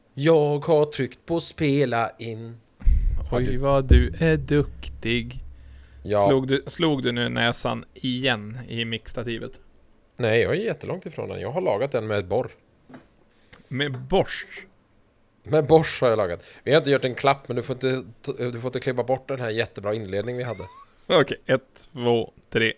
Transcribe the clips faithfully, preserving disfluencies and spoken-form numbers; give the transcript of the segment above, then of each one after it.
Jag har tryckt på spela in. Oj du... vad du är duktig. Ja. Slog, du, slog du nu näsan igen i mixstativet? Nej, jag är jättelångt ifrån den. Jag har lagat den med ett borr. Med borst? Med borst har jag lagat. Vi har inte gjort en klapp, men du får inte, du får inte klippa bort den här jättebra inledning vi hade. Okej, okay, ett, två, tre.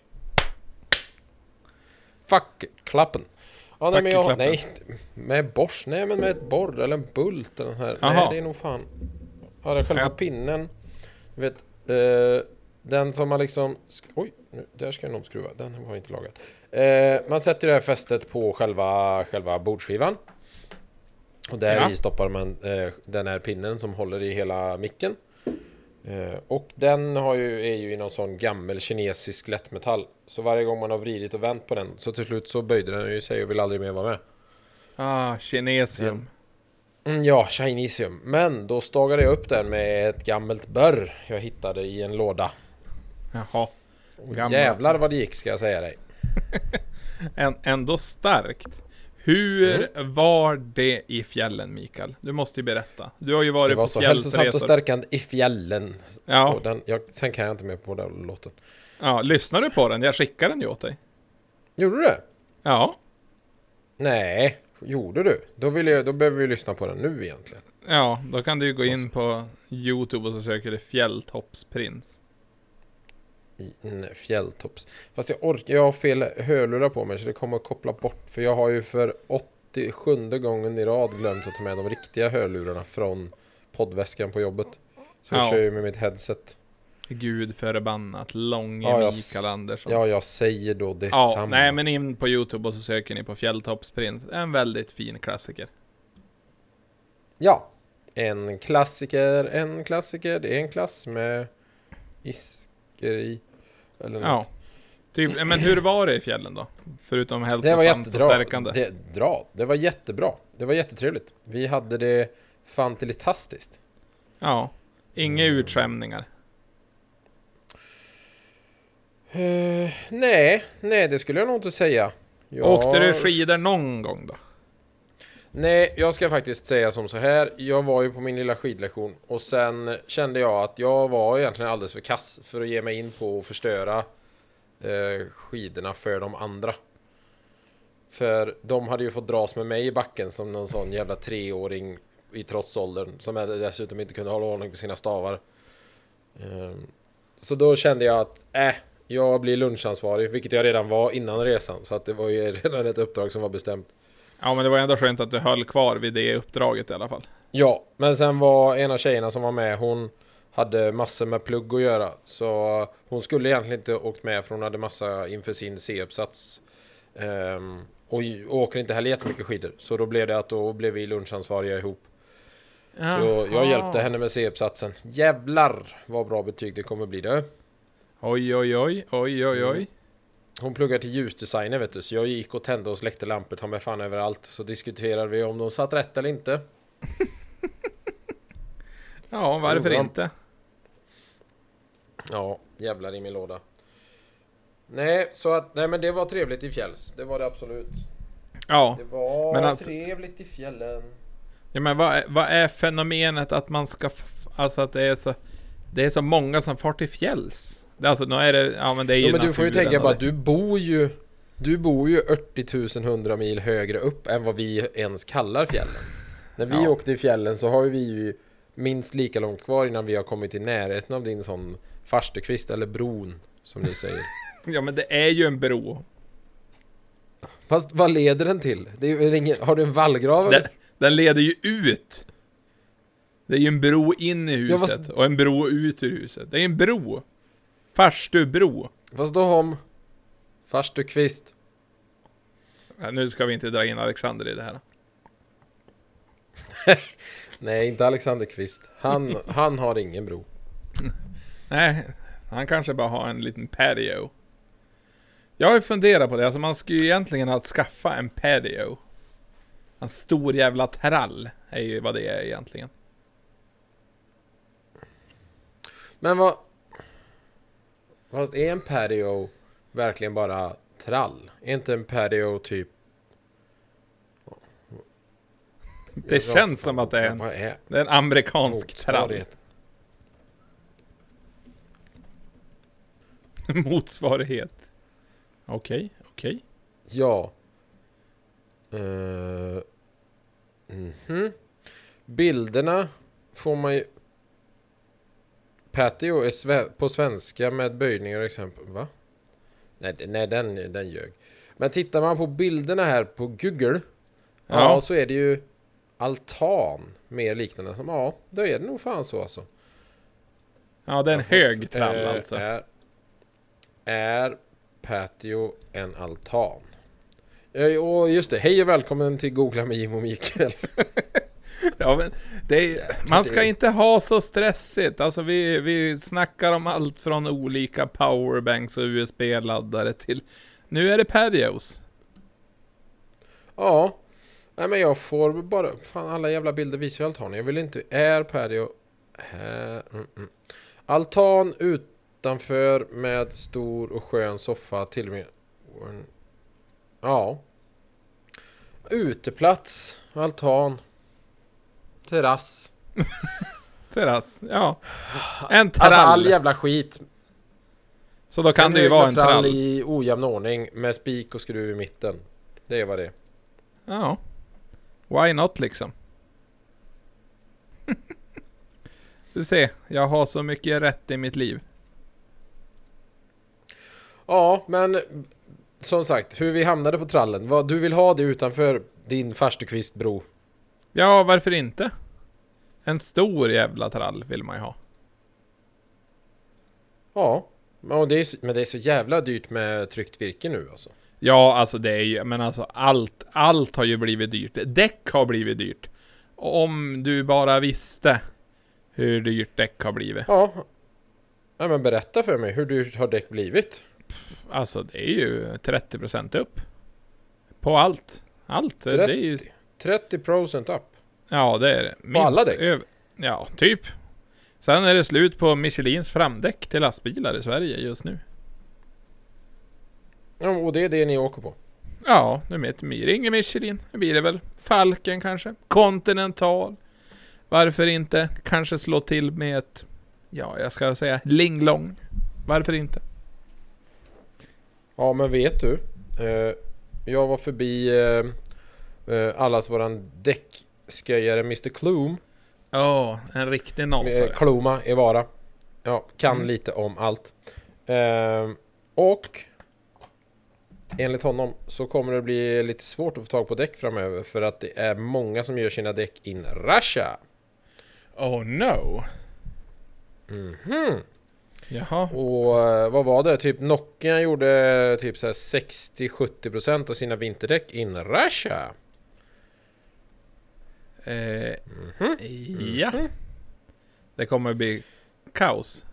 Fuck klappen. Ja, nej, Fuck men jag, klappen. nej, med borst, nej men med ett borr eller en bult eller här. Aha. Nej, det är nog fan. Ja, det är själva Ja. pinnen. Du vet, eh, den som man liksom, oj, nu, där ska jag nog skruva. Den har jag inte lagat. Eh, man sätter det här fästet på själva, själva bordsskivan. Och där Ja. i stoppar man eh, den här pinnen som håller i hela micken. Eh, och den har ju, är ju i någon sån gammel kinesisk lättmetall. Så varje gång man har vridit och vänt på den, så till slut så böjde den ju sig och vill aldrig mer vara med. Ah, kinesium. Mm, ja, chinesium. Men då stagade jag upp den med ett gammalt börr jag hittade i en låda. Jaha. Och Gamla. jävlar vad det gick, ska jag säga dig. Än, ändå starkt. Hur mm. var det i fjällen, Mikael? Du måste ju berätta. Du har ju varit det var på så hälsosamt och stärkande i fjällen. Ja. Och den, jag, sen kan jag inte mer på den låten. Ja, lyssnar du på den? Jag skickar den ju åt dig. Gjorde du det? Ja. Nej, gjorde du? Då, vill jag, då behöver vi lyssna på den nu egentligen. Ja, då kan du ju gå in på YouTube och så söker du Fjälltoppsprins. Nej, fjälltopps. Fast jag orkar, jag har fel hörlurar på mig så det kommer att koppla bort. För jag har ju för åttiosjunde gången i rad glömt att ta med de riktiga hörlurarna från poddväskan på jobbet. Så jag Ja. kör ju med mitt headset. Gud förbannat, långe Ja, jag Mikael Andersson. Ja, jag säger då detsamma. Ja, nej men in på YouTube och så söker ni på Fjälltoppsprins. En väldigt fin klassiker. Ja, en klassiker, en klassiker. Det är en klass med isker i. Eller Ja. något. Typ, men hur var det i fjällen då? Förutom Det var hälsosamt och jättebra. stärkande. Det, dra. det var jättebra. Det var jättetrevligt. Vi hade det fantastiskt. Ja. Inga Mm. utskämningar. Uh, nej, nej det skulle jag nog inte säga. Jag... Åkte du skidor någon gång då? Nej, jag ska faktiskt säga som så här. Jag var ju på min lilla skidlektion och sen kände jag att jag var egentligen alldeles för kass för att ge mig in på att förstöra eh, skidorna för de andra. För de hade ju fått dras med mig i backen som någon sån jävla treåring i trotsåldern som dessutom inte kunde hålla ordning på sina stavar. Um, så då kände jag att äh, jag blir lunchansvarig, vilket jag redan var innan resan. Så att det var ju redan ett uppdrag som var bestämt. Ja, men det var ändå skönt att du höll kvar vid det uppdraget i alla fall. Ja, men sen var en av tjejerna som var med, hon hade massor med plugg att göra. Så hon skulle egentligen inte åkt med för hon hade massa inför sin C-uppsats. Um, och, och åker inte heller jättemycket skidor. Så då blev det att då blev vi lunchansvariga ihop. Jaha. Så jag hjälpte henne med C-uppsatsen. Jävlar vad bra betyg det kommer bli det. Oj, oj, oj, oj, oj, oj. Hon pluggar till ljusdesigner, vet du. Så jag gick och tände och släckte lampor, ta med fan överallt. Så diskuterade vi om de satt rätt eller inte. Ja, varför Oh, ja. inte? Ja, jävlar i min låda. Nej, så att, nej men det var trevligt i fjälls. Det var det absolut. Ja, Det var men alltså- trevligt i fjällen. ja men vad är, vad är fenomenet att man ska... F- alltså att det är så... Det är så många som far till fjälls. Det, alltså, nu är det... Ja, men det är ju Jo, men du får ju naturen tänka och på det- att du bor ju... Du bor ju åttio tusen hundra mil högre upp än vad vi ens kallar fjällen. När vi Ja. åkte i fjällen så har vi ju minst lika långt kvar innan vi har kommit i närheten av din sån farstukvist eller bron, som ni säger. Ja, men det är ju en bro. Fast vad leder den till? Det är ju ingen, har du en vallgrav eller? Den, den leder ju ut. Det är ju en bro in i Ja, huset fast- och en bro ut ur huset. Det är en bro. Farstubro. Fast då har farstukvist. Ja, nu ska vi inte dra in Alexander i det här. Nej, inte Alexander Kvist. Han, han har ingen bro. Nej, han kanske bara har en liten patio. Jag har ju funderat på det. Alltså man skulle ju egentligen ha att skaffa en patio. En stor jävla trall är ju vad det är egentligen. Men vad... Vad är en patio verkligen bara trall? Är inte en patio typ... Det känns som att det är en, Vad är det är en amerikansk trall. motsvarighet? Motsvarighet. Okej, okej. Ja. Uh, mhm. Bilderna får man ju... Patio är sve- på svenska med böjningar och exempel. Va? Nej, d- nej den, den ljög. Men tittar man på bilderna här på Google. Ja, Ja. så är det ju altan mer liknande som, ja, då är det nog fan så alltså. Ja, det är en hög trall Eh, alltså. Är, är patio en altan? Eh, Och just det, hej och välkommen till Googla med Jim och Mikael. Ja, men det är, man ska inte ha så stressigt. Alltså vi, vi snackar om allt från olika powerbanks och U S B-laddare till... Nu är det patios. Ja, nej men jag får bara, fan alla jävla bilder visar ju altan. Jag vill inte, är patio här, mm, mm. Altan utanför med stor och skön soffa till och med. Ja. Uteplats, altan, terrass. Terrass, ja. En trall. Alltså all jävla skit. Så då kan En det ju vara en trall trall. i ojämn ordning med spik och skruv i mitten. Det är vad det är. Ja. Why not liksom? Du ser, jag har så mycket rätt i mitt liv. Ja, men som sagt, hur vi hamnade på trallen. Vad du vill ha det utanför din farstukvistbro. Ja, varför inte? En stor jävla trall vill man ju ha. Ja, men det är, så- men det är så jävla dyrt med tryckt virke nu alltså. Ja, alltså det är ju, men alltså allt, allt har ju blivit dyrt. Däck har blivit dyrt. Och om du bara visste hur dyrt däck har blivit. Ja. Ja, men berätta för mig, hur dyrt har däck blivit? Alltså det är ju trettio procent upp. På allt. Allt. Det är ju, trettio procent upp. ja, det är det. Minst alla däck? över- Ja, typ. Sen är det slut på Michelins framdäck till lastbilar i Sverige just nu. Ja, och det är det ni åker på. Ja, nu vet vi ringer Michelin. Det blir det väl. Falken kanske. Continental. Varför inte? Kanske slå till med ett, ja, jag ska säga linglong. Varför inte? Ja, men vet du, eh, jag var förbi eh, eh, allas våran däcksköjare mister Klum. Ja, en riktig Med nonsare. Kloma i Vara. Ja, kan Mm. lite om allt. Eh, och enligt honom så kommer det bli lite svårt att få tag på däck framöver, för att det är många som gör sina däck in Russia. Oh no. Mhm. Jaha. Och eh, vad var det? Typ Nokia gjorde typ så här sextio till sjuttio procent av sina vinterdäck in Russia. Eh, Mhm. Ja. Det kommer bli kaos.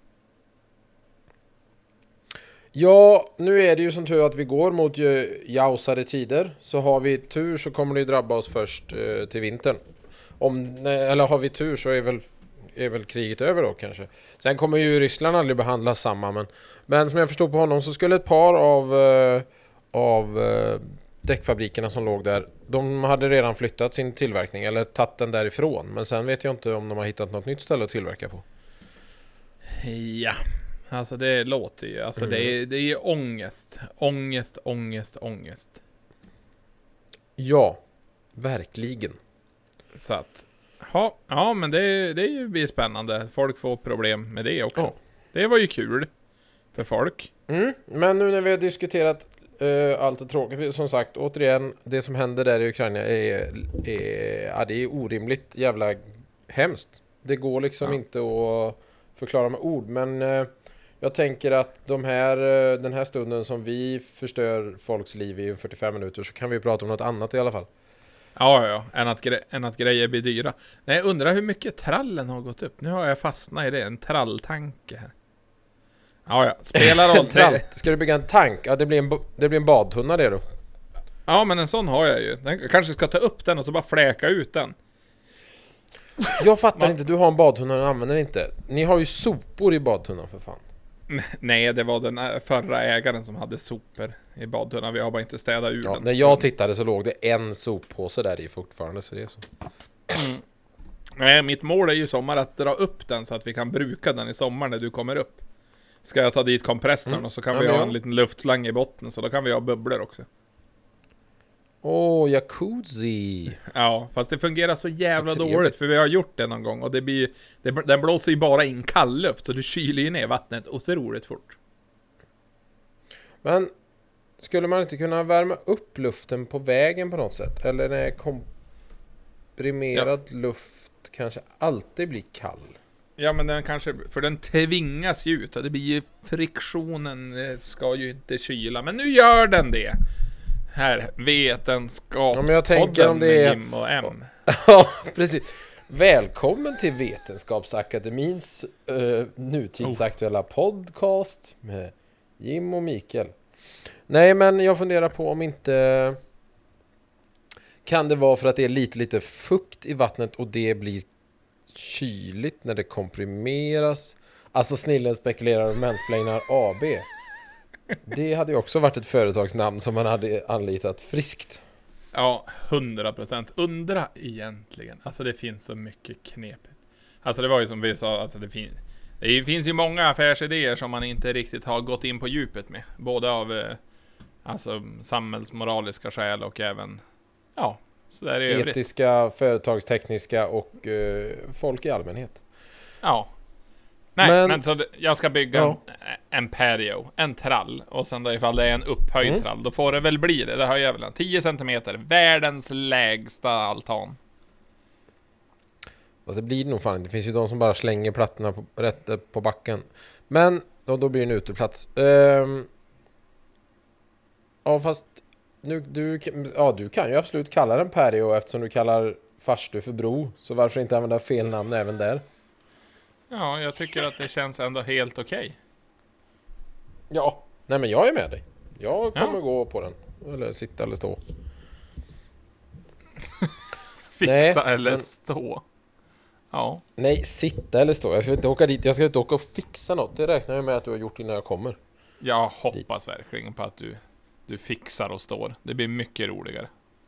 Ja, nu är det ju som tur att vi går mot ju jausade tider. Så har vi tur så kommer det ju drabba oss först eh, till vintern. Om, nej, eller har vi tur så är väl, är väl kriget över då kanske. Sen kommer ju Ryssland aldrig behandlas samma. Men, men som jag förstår på honom så skulle ett par av, eh, av eh, däckfabrikerna som låg där, de hade redan flyttat sin tillverkning eller tagit den därifrån. Men sen vet jag inte om de har hittat något nytt ställe att tillverka på. Ja. Alltså det låter ju, alltså det är, det är ju ångest. Ångest, ångest, ångest. Ja, verkligen. Så att, ja, ja men det, det är ju blir spännande. Folk får problem med det också. Ja. Det var ju kul för folk. Mm, men nu när vi har diskuterat uh, allt det tråkiga, som sagt, återigen, det som händer där i Ukraina är, är, ja, det är orimligt jävla hemskt. Det går liksom Ja. inte att förklara med ord, men uh, jag tänker att de här, uh, den här stunden som vi förstör folks liv i fyrtiofem minuter, så kan vi prata om något annat i alla fall. Ja, ja, än att, gre- än att grejer blir dyra. Nej, jag undrar hur mycket trallen har gått upp. Nu har jag fastnat i det, en tralltanke här. Ja, ja, spelar roll. En trall. Ska du bygga en tank? Ja, det blir en, bo- det blir en badtunna det då. Ja, men en sån har jag ju. Den, jag kanske ska ta upp den och så bara fläka ut den. Jag fattar Va? inte, du har en badtunna och använder inte. Ni har ju sopor i badtunnan för fan. Nej, det var den förra ägaren som hade sopor i badtunnan. Vi har bara inte städat ur Ja, den. när jag tittade så låg det en soppåse där i fortfarande, så det är så. Nej, mitt mål är ju i sommar att dra upp den så att vi kan bruka den i sommar när du kommer upp. Ska jag ta dit kompressorn mm. och så kan ja, vi ha ja. en liten luftslang i botten, så då kan vi ha bubblor också. Åh, oh, jacuzzi. Ja, fast det fungerar så jävla dåligt, för vi har gjort det någon gång och det blir det, den blåser ju bara in kallluft, så du kyler ju ner vattnet otroligt fort. Men skulle man inte kunna värma upp luften på vägen på något sätt? Eller när komprimerad ja. luft kanske alltid blir kall? Ja, men den kanske, för den tvingas ju ut och det blir ju friktionen ska ju inte kyla, men nu gör den det. Här, vetenskapspodden ja, men jag tänker om det är... med Jim och M. Ja, precis. Välkommen till Vetenskapsakademins uh, nutidsaktuella oh. podcast med Jim och Mikael. Nej, men jag funderar på om inte... Kan det vara för att det är lite, lite fukt i vattnet och det blir kyligt när det komprimeras? Alltså snillen spekulerar och mansplainar A B. Det hade ju också varit ett företagsnamn som man hade anlitat friskt. Ja, hundra procent. Undra egentligen. Alltså det finns så mycket knepigt. Alltså det var ju som vi sa, alltså det, fin- det finns ju många affärsidéer som man inte riktigt har gått in på djupet med. Både av eh, alltså samhällsmoraliska skäl och även ja, så där är etiska, företagstekniska och eh, folk i allmänhet. Ja. Nej, men, men så jag ska bygga ja. en, en patio, en trall. Och sen då ifall det är en upphöjd mm. trall, då får det väl bli det. Det har jag väl en tio centimeter. Världens lägsta altan. Alltså det blir det nog fan inte. Det finns ju de som bara slänger plattorna på, rätt på backen. Men då, då blir det en uteplats. Um, ja, fast nu, du, ja, du kan ju absolut kalla den patio eftersom du kallar farstu för bro. Så varför inte använda fel namn även där? Ja, jag tycker att det känns ändå helt okej. Okay. Ja, nej men jag är med dig. Jag kommer ja. gå på den. Eller sitta eller stå. Fixa nej, eller men... stå. Ja. Nej, sitta eller stå. Jag ska inte åka dit. Jag ska inte åka och fixa något. Det räknar jag med att du har gjort innan jag kommer. Jag hoppas dit. Verkligen på att du, du fixar och står. Det blir mycket roligare.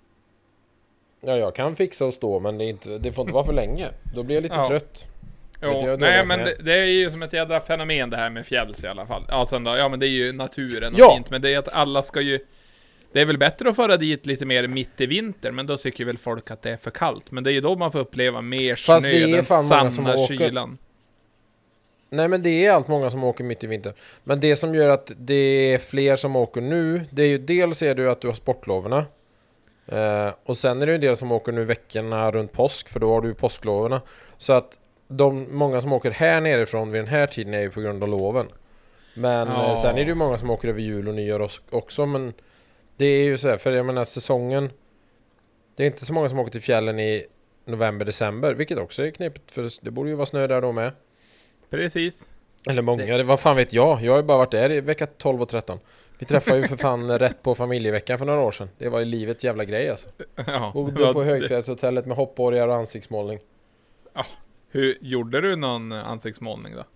Ja, jag kan fixa och stå, men det, är inte, det får inte vara för länge. Då blir jag lite ja. trött. Jo, nej men det, det är ju som ett jädra fenomen det här med fjälls i alla fall. Ja, sen då, ja men det är ju naturen och ja. fint, men det är att alla ska ju... Det är väl bättre att föra dit lite mer mitt i vinter, men då tycker väl folk att det är för kallt. Men det är ju då man får uppleva mer fast snö, det är den fan sanna som åker... kylan. Nej, men det är allt många som åker mitt i vinter. Men det som gör att det är fler som åker nu, det är ju dels är det att du har sportloverna. Eh, och sen är det ju en del som åker nu veckorna runt påsk, för då har du påskloverna. Så att de många som åker här nerifrån vid den här tiden är ju på grund av loven. Men ja. sen är det ju många som åker över jul och nyår också. Men det är ju så här, för jag menar säsongen, det är inte så många som åker till fjällen i november, december, vilket också är knepigt, för det borde ju vara snö där då med. Precis. Eller många, det, vad fan vet jag. Jag har ju bara varit där i vecka tolv och tretton. Vi träffade ju för fan rätt på familjeveckan för några år sedan. Det var ju livets jävla grej alltså. Ja, bodde på Högfjällshotellet med hoppborgar och ansiktsmålning. Ja. Hur gjorde du någon ansiktsmålning då?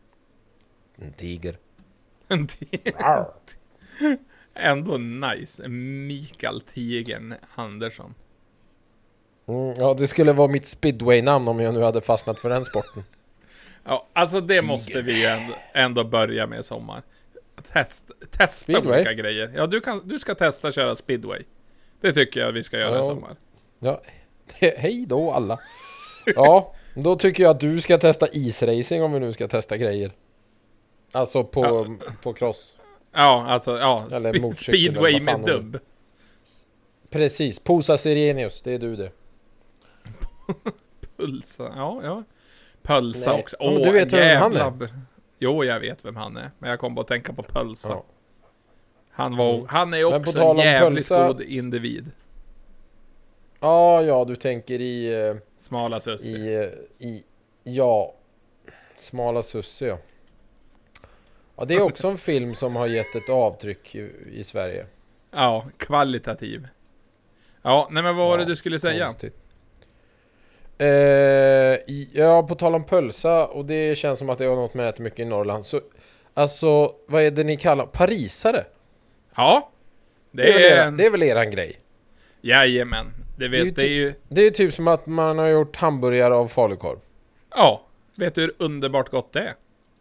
En tiger. En tiger. Ändå nice. Mikael Tigern Andersson. Mm, ja, det skulle vara mitt speedway-namn om jag nu hade fastnat för den sporten. Ja, alltså det tiger. Måste vi ändå, ändå börja med i sommar. Test, testa speedway? Olika grejer. Ja, du, kan, du ska testa köra speedway. Det tycker jag vi ska göra ja. i sommar. Ja, hej då alla. Ja, då tycker jag att du ska testa isracing om vi nu ska testa grejer. Alltså på, ja. på cross. Ja, alltså ja, spe- speedway med dubb. Precis, Posa Sirenius, det är du det. Pulsa, ja, ja. Pölsa Nej. också. Åh, ja, du vet vem han är? Jo, jag vet vem han är. Men jag kommer bara att tänka på Pölsa. Ja. Han, var, mm. han är också en jävligt pölsa... god individ. Ja, ja, du tänker i... Uh, Smala Sussi. I, uh, i, ja, Smala Sussi, ja. Ja, det är också en film som har gett ett avtryck i, i Sverige. Ja, kvalitativ. Ja, nej men vad var ja, det du skulle säga? Uh, ja, på tal om pölsa, och det känns som att det har något med rätt mycket i Norrland. Så Alltså, vad är det ni kallar parisare? Ja. Det, Det är, väl är... era, det är väl eran grej? Jajamän. Det Det är ju vet det är ju... Det är ju typ som att man har gjort hamburgare av falukorv. Ja. Vet du hur underbart gott det är?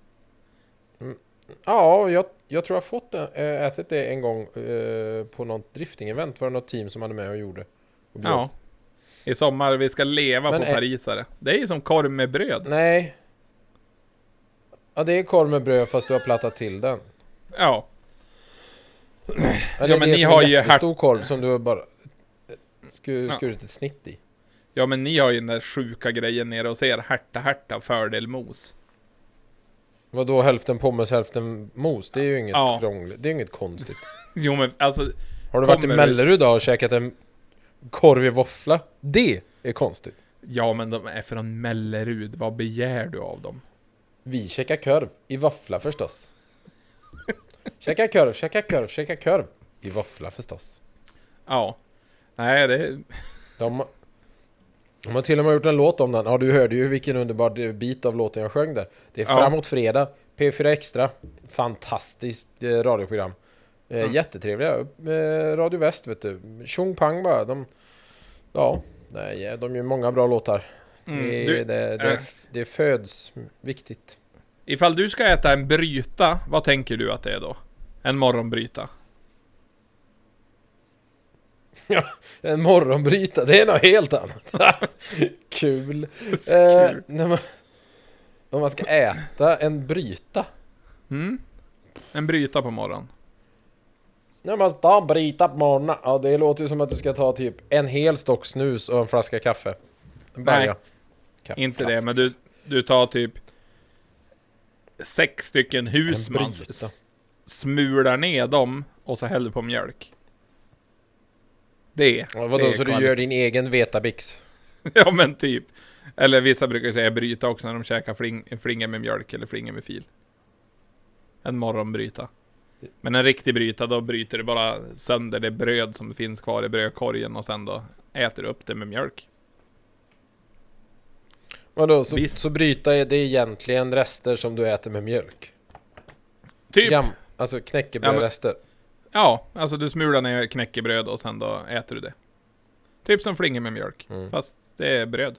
Ja, jag, jag tror jag har fått det, äh, ätit det en gång äh, på något drifting-event. Var det något team som hade med och gjorde. Och bjöd. Ja. I sommar vi ska leva Men på är- parisare. Det är ju som korv med bröd. Nej. Ja, det är korv med bröd fast du har plattat till den. Ja. Eller Ja, ja, men det ni är har en ju jättestor korv som du har bara skur, Ja. skurit ett snitt i. Ja, men ni har ju den där sjuka grejen nere och ser härta härta fördel mos. Vadå hälften pommes, hälften mos? Det är ju inget Ja. krångligt. Det är inget konstigt. Jo, men alltså... Har du varit i Kommer du- Mellerud då och käkat en korv i våffla? Det är konstigt. Ja, men de är från Mellerud. Vad begär du av dem? Vi käkar korv i våffla förstås. Käka korv, käka korv, käka korv i våffla förstås. Ja. Nej, det... De, de har till och med gjort en låt om den. Ja, du hörde ju vilken underbar bit av låten jag sjöng där. Det är Ja. framåt fredag. P fyra Extra. Fantastiskt eh, radioprogram. Eh, Mm. Jättetrevliga. Eh, Radio Väst, vet du. Tjong pang bara. De, ja, nej, de gör många bra låtar. Mm, det, du, det, det, äh. det föds viktigt. Ifall du ska äta en bryta, vad tänker du att det är då? En morgonbryta? En morgonbryta, det är något helt annat. Kul. Så Eh, kul. när man, om man ska äta en bryta. Mm? En bryta på morgonen. När man tar en bryta på morgonen. Ja, det låter ju som att du ska ta typ en hel stock snus och en flaska kaffe. En balja. Kaffe, Inte flaska. det, men du, du tar typ sex stycken husmans, bryta. s- smular ner dem och så häller på mjölk. Det, Ja, det vadå, är så du kvalitet. gör din egen Vetabix? Ja, men typ. Eller vissa brukar säga bryta också när de käkar fling, flingor med mjölk eller flingor med fil. En morgonbryta. Men en riktig bryta, då bryter du bara sönder det bröd som finns kvar i brödkorgen och sen då äter du upp det med mjölk. Vadå, så, Visst. så bryta är det egentligen rester som du äter med mjölk? Typ. Gam, alltså knäckebrödrester. Ja, alltså du smular ner knäckebröd och sen då äter du det. Typ som flingor med mjölk. Mm. Fast det är bröd.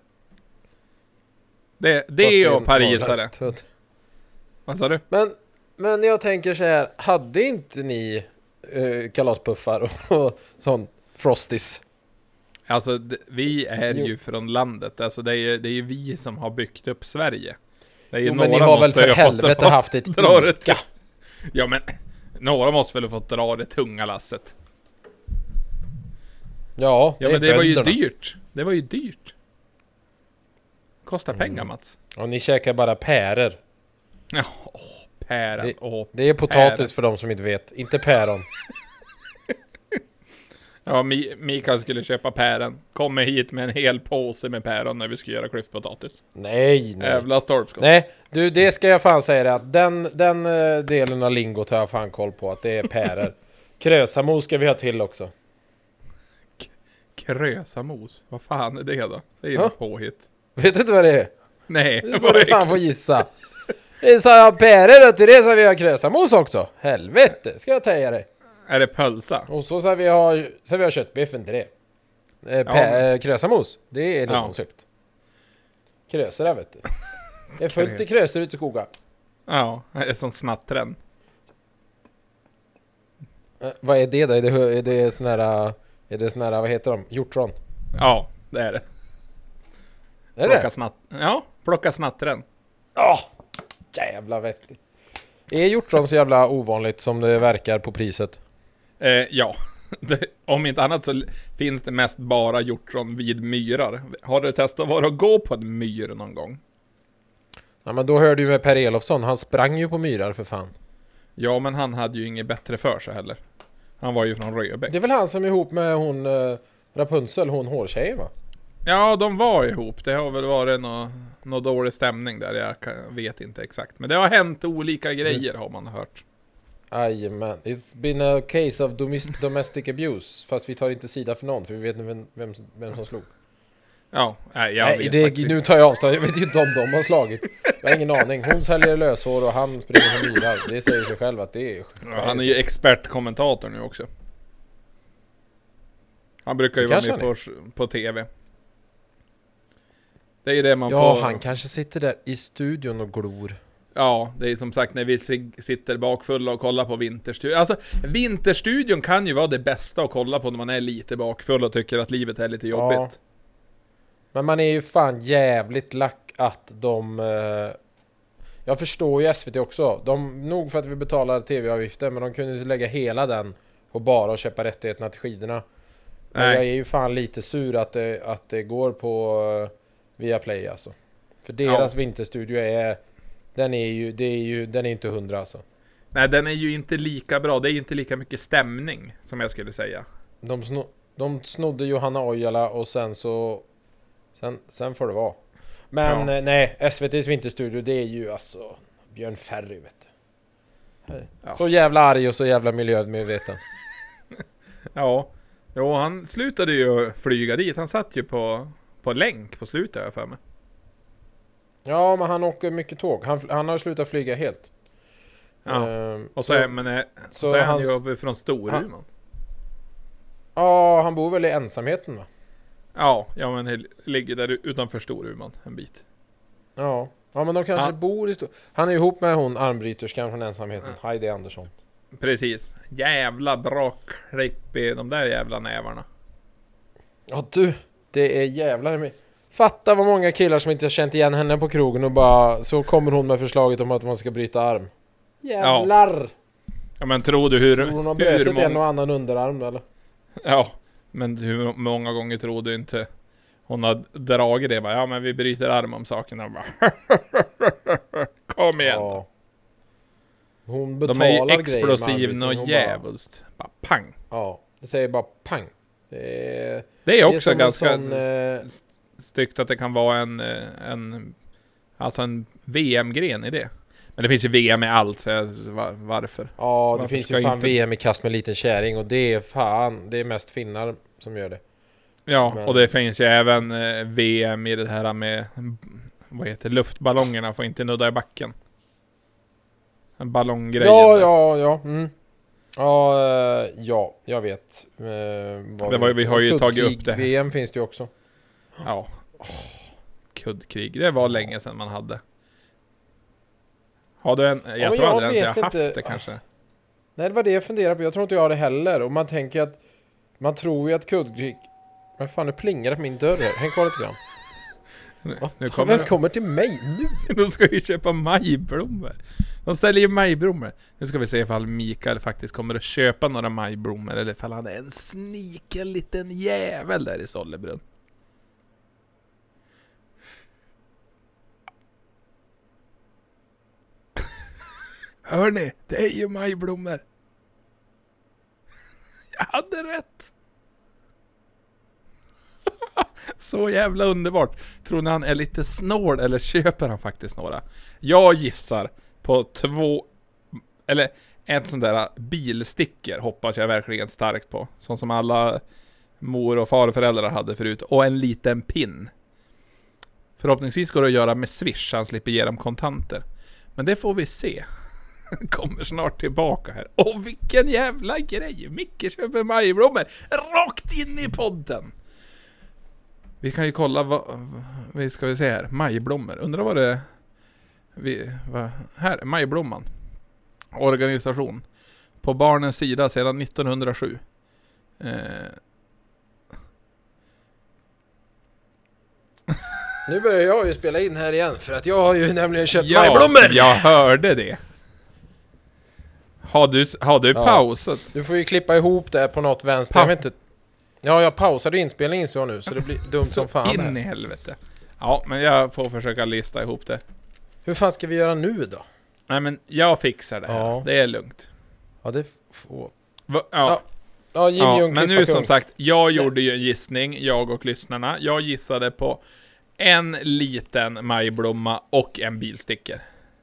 Det, det Fast är ju en parisare. vanlig- Vad sa du? Men, men jag tänker så här, hade inte ni eh, kalaspuffar och, och sånt frosties? Alltså, d- vi är Jo. ju från landet. Alltså, det är ju det är ju vi som har byggt upp Sverige. Det är ju Jo, men ni några har väl måste för ju ha fått helvete dra- haft ett dra det Ica? Ja, men några måste väl ha fått dra det tunga lasset. Ja, det Ja, är men det var ju bönderna. dyrt. Det var ju dyrt. Kostar pengar, Mm. Mats. Och ni käkar bara päror. Ja, åh, päron. Det- Åh, Det är potatis Päron. för de som inte vet. Inte päron. Ja, Mi- Mikael skulle köpa päron. Kommer hit med en hel påse med päron när vi ska göra klyftpotatis. Nej, nej. Jävla stolpskott. Nej, du, det ska jag fan säga det att den, den eh, delen av lingot har jag fan koll på. Att det är päror. Krösamo ska vi ha till också. Krösamos. Vad fan är det då? Det är ju Ja. något påhitt. Vet du inte vad det är? Nej, Det vad får är du fan få gissa. Det är så här päror och till det ska vi ha krösamos också. Helvete, ska jag säga dig. Är det pölsa? Och så ska vi ha, ska vi ha köttbiffen till det. Eh, pä, eh, krösamos, det är Ja. långsökt. Krösor där, vet du. Det är fullt i Krös. krösor ute i skogen. Ja, det är som snattren. Eh, vad är det då? Är det, hö- är det sån här, eh, är det sån här, vad heter de? Hjortron? Ja, det är det. Är Plocka det? snatt... Ja, plocka snattren. Ja, jävla vettigt. Är hjortron så jävla ovanligt som det verkar på priset? Eh, ja, det, om inte annat så l- finns det mest bara hjortron vid myrar. Har du testat vara och gå på en myr någon gång? Ja, men då hörde du med Per Elofsson. Han sprang ju på myrar för fan. Ja, men han hade ju inget bättre för sig heller. Han var ju från Röbäck. Det är väl han som är ihop med hon eh, Rapunzel, hon hårtjejen, va? Ja, de var ihop. Det har väl varit någon nå dålig stämning där. Jag kan, vet inte exakt. Men det har hänt olika grejer har man hört. Jajamän. It's been a case of domis- domestic abuse. Fast vi tar inte sida för någon, för vi vet inte vem, vem, vem som slog. Ja, nej, jag Nej, vet det, faktiskt. nu tar jag avstånd. Jag vet ju inte om de har slagit. Jag har ingen aning. Hon säljer löshår och han springer på myrar. Det säger sig själv att det är... Ja, han är ju expertkommentator nu också. Han brukar ju vara med på, på tv. Det är ju det man ja, får... han kanske sitter där i studion och glor. Ja, det är som sagt när vi sitter bakfulla och kollar på Vinterstudion. Alltså, Vinterstudion kan ju vara det bästa att kolla på när man är lite bakfull och tycker att livet är lite jobbigt. Ja. Men man är ju fan jävligt lack att de... Eh... Jag förstår ju S V T också. De, nog för att vi betalar tv-avgiften, men de kunde ju lägga hela den på bara och köpa rättigheterna till skidorna. Men jag är ju fan lite sur att det, att det går på uh, Viaplay alltså. För deras ja. Vinterstudio är... Den är ju, det är ju, den är inte hundra alltså. Nej, den är ju inte lika bra. Det är ju inte lika mycket stämning som jag skulle säga. De, sno, de snodde Johanna Ojala och sen så... Sen, sen får det vara. Men ja. nej, S V T:s Vinterstudio, det är ju alltså Björn Ferry, vet du. Ja. Så jävla arg och så jävla miljömedveten. Ja. Jo, han slutade ju flyga dit. Han satt ju på, på länk på slutet, jag för mig. Ja, men han åker mycket tåg. Han, han har slutat flyga helt. Ja, ehm, och så, så, är, men är, så, så är han hans, ju från Storuman. Han, ja, han bor väl i ensamheten, va? Ja, ja men det ligger där utanför Storuman en bit. Ja, ja men de kanske ja. bor i Storuman. Han är ihop med hon armbryterskan från ensamheten, ja. Heidi Andersson. Precis. Jävla bra klipp i de där jävla nävarna. Ja du, det är jävlar med. Fatta vad många killar som inte har känt igen henne på krogen och bara så kommer hon med förslaget om att man ska bryta arm. Jävlar! Ja, ja men tror du hur... Tror hon har brutit många... en och annan underarm eller? Ja, men hur många gånger tror du inte hon har dragit det? Bara, ja men vi bryter arm om sakerna. Bara, kom igen ja. Då. Hon betalar de är ju explosiv och jävulst. Bara pang. Ja, det säger bara pang. Det är, det är också det är ganska sån, eh... styggt att det kan vara en, en alltså en V M-gren i det. Men det finns ju V M i allt, så jag, var, varför? Ja, det varför finns ju fan inte... V M i kast med liten kärring och det är fan, det är mest finnar som gör det. Ja, men... och det finns ju även eh, V M i det här med, vad heter luftballongerna får inte nudda i backen. En ballonggrej. Ja, ja, ja. Mm. Ja, uh, ja, jag vet. Uh, det var, vi har ju tagit upp det här. V M finns det ju också. Ja. Oh, kuddkrig, det var länge sedan man hade. Har du en, jag ja, tror aldrig ens jag har haft inte. Det kanske. Nej, det var det jag funderade på. Jag tror inte jag har det heller. Och man tänker att, man tror ju att kuddkrig... Vad fan, nu plingar det på min dörr här. Häng kvar lite grann. Nu, nu kommer Vem kommer till mig nu? De ska ju köpa majblommor. De säljer ju majblommor. Nu ska vi se ifall Mikael faktiskt kommer att köpa några majblommor. Eller ifall han är en sniken liten jävel där i Sollebrunn. Hör ni? Det är ju majblommor. Jag hade rätt. Så jävla underbart. Tror ni han är lite snål eller köper han faktiskt några? Jag gissar på två, eller ett sån där bilsticker hoppas jag verkligen starkt på. Sånt som alla mor- och farföräldrar hade förut. Och en liten pin. Förhoppningsvis går det att göra med Swish så han slipper ge dem kontanter. Men det får vi se. Kommer snart tillbaka här. Åh, vilken jävla grej. Micke köper majblommor rakt in i podden. Vi kan ju kolla vad vi ska vi se här. Majblommor. Undrar vad det vi vad här Majblomman. Organisation på barnens sida sedan nittonhundrasju. Eh. Nu börjar jag ju spela in här igen för att jag har ju nämligen köpt ja, majblommor. Jag hörde det. Har du har du ja. pausat? Du får ju klippa ihop det på något vänster. Pa- jag vet inte. Ja, jag pausade inspelningen så nu så det blir dumt som fan. In i helvete. Ja, men jag får försöka lista ihop det. Hur fan ska vi göra nu då? Nej, men jag fixar det här. Ja. Det är lugnt. Ja, det får... Va? Ja. Ja, ja, ja men nu kung. Som sagt, jag gjorde ju en gissning, jag och lyssnarna. Jag gissade på en liten majblomma och en bilsticker.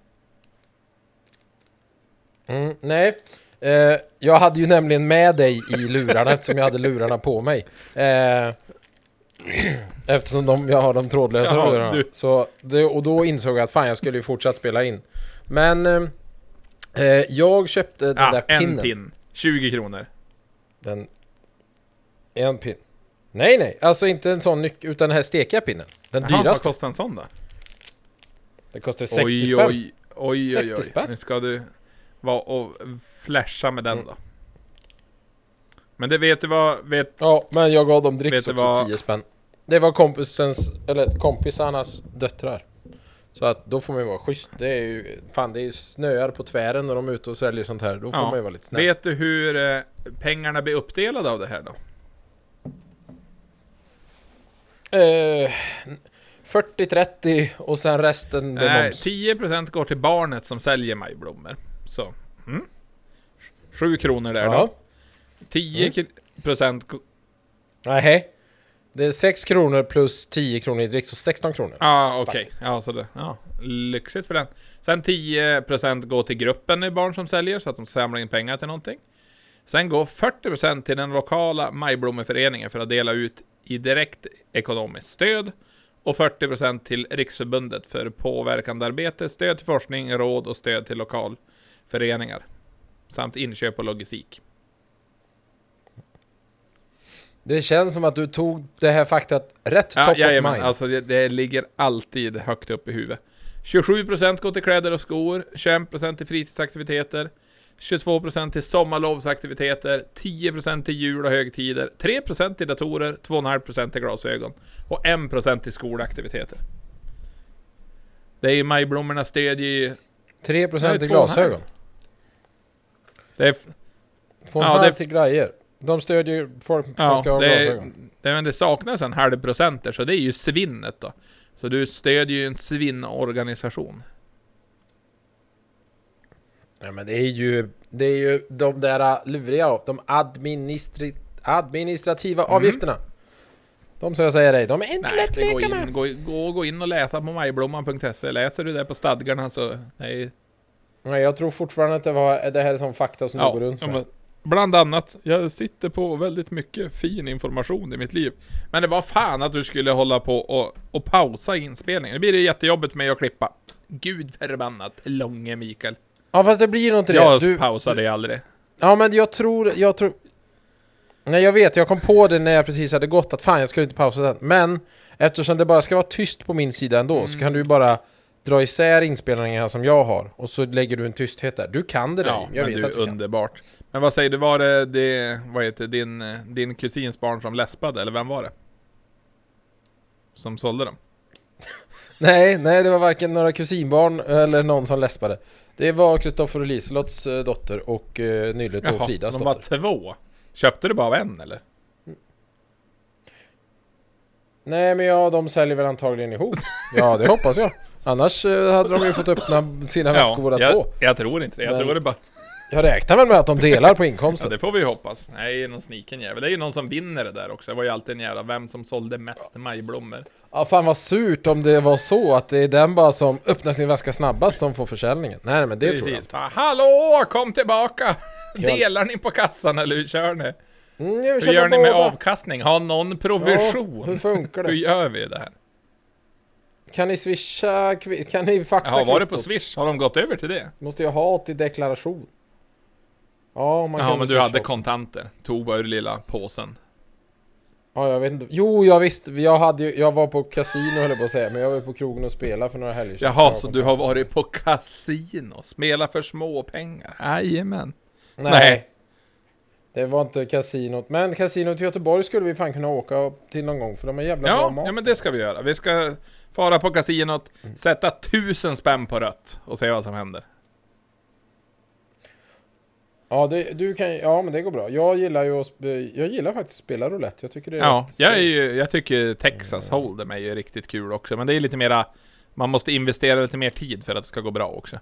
Mm, nej. Eh, jag hade ju nämligen med dig i lurarna eftersom jag hade lurarna på mig. Eh, Eftersom de, jag har de trådlösa Jaha, radiorna. du. Så det, och då insåg jag att fan, jag skulle ju fortsatt spela in. Men eh, jag köpte den Ja, där en pinnen. pin. tjugo kronor. Den, en pin. Nej, nej. Alltså inte en sån nyc- utan den här stekiga pinnen. Den Jaha, vad dyraste. kostar en sån då? Det kostar sextio Oj, spänn. oj, oj, oj, sextio oj. spänn. Nu ska du vara och flasha med den Mm. då. Men det vet du vad, vet, Ja, men jag gav dem dricks Vet du också, vad- tio spänn. Det var kompisens, eller kompisarnas döttrar. Så att då får man ju vara schysst. Det är ju, fan det är ju snöar på tvären när de är ute och säljer sånt här. Då får Ja. man ju vara lite snäll. vet du hur eh, pengarna blir uppdelade av det här då? Eh, fyrtio trettio och sen resten blir Nej, moms. tio procent går till barnet som säljer majblommor. Så, mm. sju kronor där Ja. då. tio procent go- Nej. Det är sex kronor plus tio kronor i dricks, så sexton kronor. Ja, ah, okej. Faktiskt. Ja, så det. Ja, lyxigt för den. Sen tio procent går till gruppen i barn som säljer, så att de samlar in pengar till någonting. Sen går fyrtio procent till den lokala majblommeföreningen för att dela ut i direkt ekonomiskt stöd. Och fyrtio procent till Riksförbundet för påverkande arbete, stöd till forskning, råd och stöd till lokalföreningar. Samt inköp och logistik. Det känns som att du tog det här faktat rätt Ja, top jajamän, of mind. alltså det, det ligger alltid högt upp i huvudet. tjugosju procent går till kläder och skor, tjugoett procent till fritidsaktiviteter, tjugotvå procent till sommarlovsaktiviteter, tio procent till jul och högtider, tre procent till datorer, två komma fem procent till glasögon och en procent till skolaktiviteter. Det är ju majblommorna stödjer ju... tre procent Nej, till två och en halv. glasögon. Det är, Två och en Ja, halv det- till grejer. De stödjer ju folk som ja, ska ha det, är, glasögon. det, men det saknas en halv procenter, så det är ju svinnet då. Så du stödjer ju en svinnorganisation. Ja, men det är ju, det är ju de där luriga, de administri, administrativa Mm. avgifterna. De som jag säger dig, de är inte Nej, lätt det går leka med. in, gå, gå, gå in och läsa på majblomman punkt se. Läser du det på stadgarna så... Nej, Nej, jag tror fortfarande att det, var, det här är sån fakta som ja, du går runt ja, med. men, bland annat, jag sitter på väldigt mycket fin information i mitt liv. Men det var fan att du skulle hålla på och, och pausa inspelningen. Det blir det jättejobbigt med att klippa. Gud förbannat, långe Mikael. Ja, fast det blir nog inte det. Jag Du, pausar dig aldrig. ja, men jag tror, jag tror... Nej, jag vet, jag kom på det när jag precis hade gått att fan, jag skulle inte pausa den. Men eftersom det bara ska vara tyst på min sida ändå, Mm. så kan du ju bara dra isär inspelningarna som jag har. Och så lägger du en tysthet där. Du kan det där. Ja, jag men vet du att är du kan. underbart. Men vad säger du, var det, det vad heter din, din kusins barn som läspade, eller vem var det? Som sålde dem? Nej, nej, det var varken några kusinbarn eller någon som läspade. Det var Kristoffer och Liselots eh, dotter och eh, Nyllet och Jaha, Fridas så de var dotter. två? Köpte du bara av en, eller? Nej, men ja, de säljer väl antagligen ihop. Ja, det hoppas jag. Annars eh, hade de ju fått öppna sina väskor båda jag, två. jag tror inte det. Jag Men- tror det bara... Jag räknar väl med att de delar på Ja, inkomsten. det får vi ju hoppas. Nej, någon sniken jävel. Det är ju någon som vinner det där också. Det var ju alltid en jävla vem som sålde mest majblommor. Ja, fan vad surt om det var så att det är den bara som öppnar sin väska snabbast som får försäljningen. Nej, men det tror jag Precis. inte. Bara, hallå, kom tillbaka! Ja. Delar ni på kassan eller hur kör ni? Mm, jag vill Hur köpa gör ni med båda. avkastning? Har någon provision? Ja, hur funkar Hur det? gör vi det här? Kan ni swisha, kvi- kan ni faxa Jaha, var det på kvittot? Swish? Har de gått över till det? Måste jag ha till deklaration. Ja, man Jaha, kan men du swisha hade också. kontanter. Tog bara ur lilla påsen. Ja, jag vet inte. Jo, jag visste. Jag, hade ju, jag var på kasino höll jag på att säga. Men jag var på krogen och spelade för några helger sedan. Jaha, jag så kom du på. har varit på kasino? Spela för små pengar? Jajamän. Nej. Nej. Det var inte kasinot. Men kasinot i Göteborg skulle vi fan kunna åka till någon gång. För de är jävla bra Ja, mat. ja, men det ska vi göra. Vi ska fara på kasinot, sätta tusen spänn på rött och se vad som händer. Ja, det, du kan, ja, men det går bra. Jag gillar ju att, sp- jag gillar faktiskt att spela roulette. Jag tycker det är Ja, rätt jag, är skoj. ju, jag tycker Texas Hold'em är ju riktigt kul också. Men det är lite mera... Man måste investera lite mer tid för att det ska gå bra också.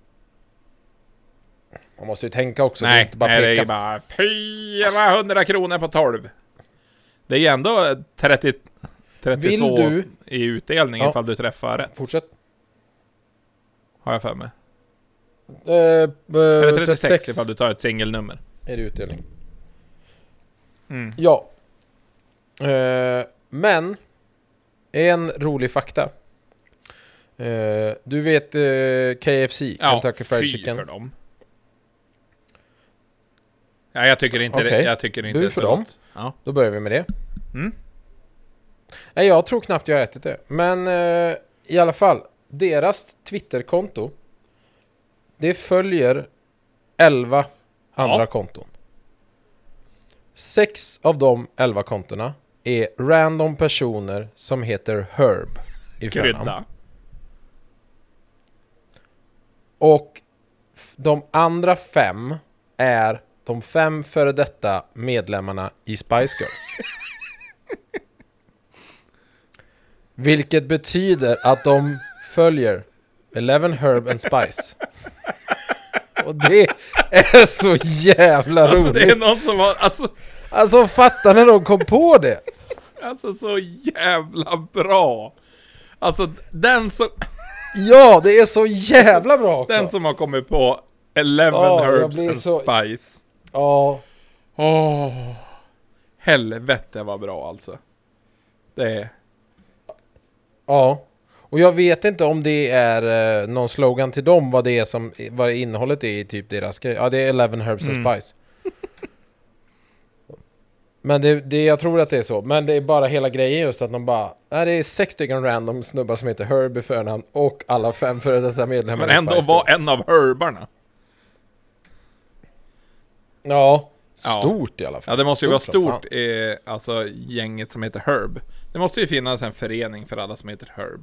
Man måste ju tänka också. det är Nej, inte bara nej det är peka. ju bara fyrahundra kronor på tolv. Det är ju ändå trettio, trettiotvå Vill du- i utdelning Ja. ifall du träffar rätt. Fortsätt. Har jag för mig. Eh, eh, Eller trettiosex trettiosex ifall du tar ett singelnummer. är det utdelning. Mm. Ja. Eh, Men en rolig fakta. Uh, du vet uh, K F C, Ja, Kentucky Fried fy Chicken. för dem. Ja, jag tycker inte Okej, det. Jag tycker inte bu det för så dem. gott. Ja. Då börjar vi med det. Mm. Nej, jag tror knappt jag har ätit det. Men uh, i alla fall, deras Twitterkonto, det följer elva andra Ja. konton. Sex av de elva kontona är random personer som heter Herb i förnamn. Krydda. Och f- de andra fem är de fem före detta medlemmarna i Spice Girls. Vilket betyder att de följer Eleven Herb and Spice. Och det är så jävla roligt. Alltså det är någon som har... Alltså, Alltså fatta när de kom på det. alltså så jävla bra. Alltså den som... Ja, det är så jävla bra också. Den som har kommit på Eleven Ja, jag Herbs blir and så- Spice. Ja, Åh, helvete vad bra alltså. Det är... ja. Och jag vet inte om det är eh, någon slogan till dem, vad det är som, vad innehållet är i typ deras grej. Ja, det är Eleven Herbs and Mm. Spice. Men det, det, jag tror att det är så. Men det är bara hela grejen just att de bara... Nej, det är sex stycken random snubbar som heter Herb i förnamn och alla fem före detta medlemmar Men i ändå Spice var Girls. en av herbarna. Ja, Ja. stort i alla fall. Ja, det måste ju Stort som vara stort, eh, alltså gänget som heter Herb. Det måste ju finnas en förening för alla som heter Herb.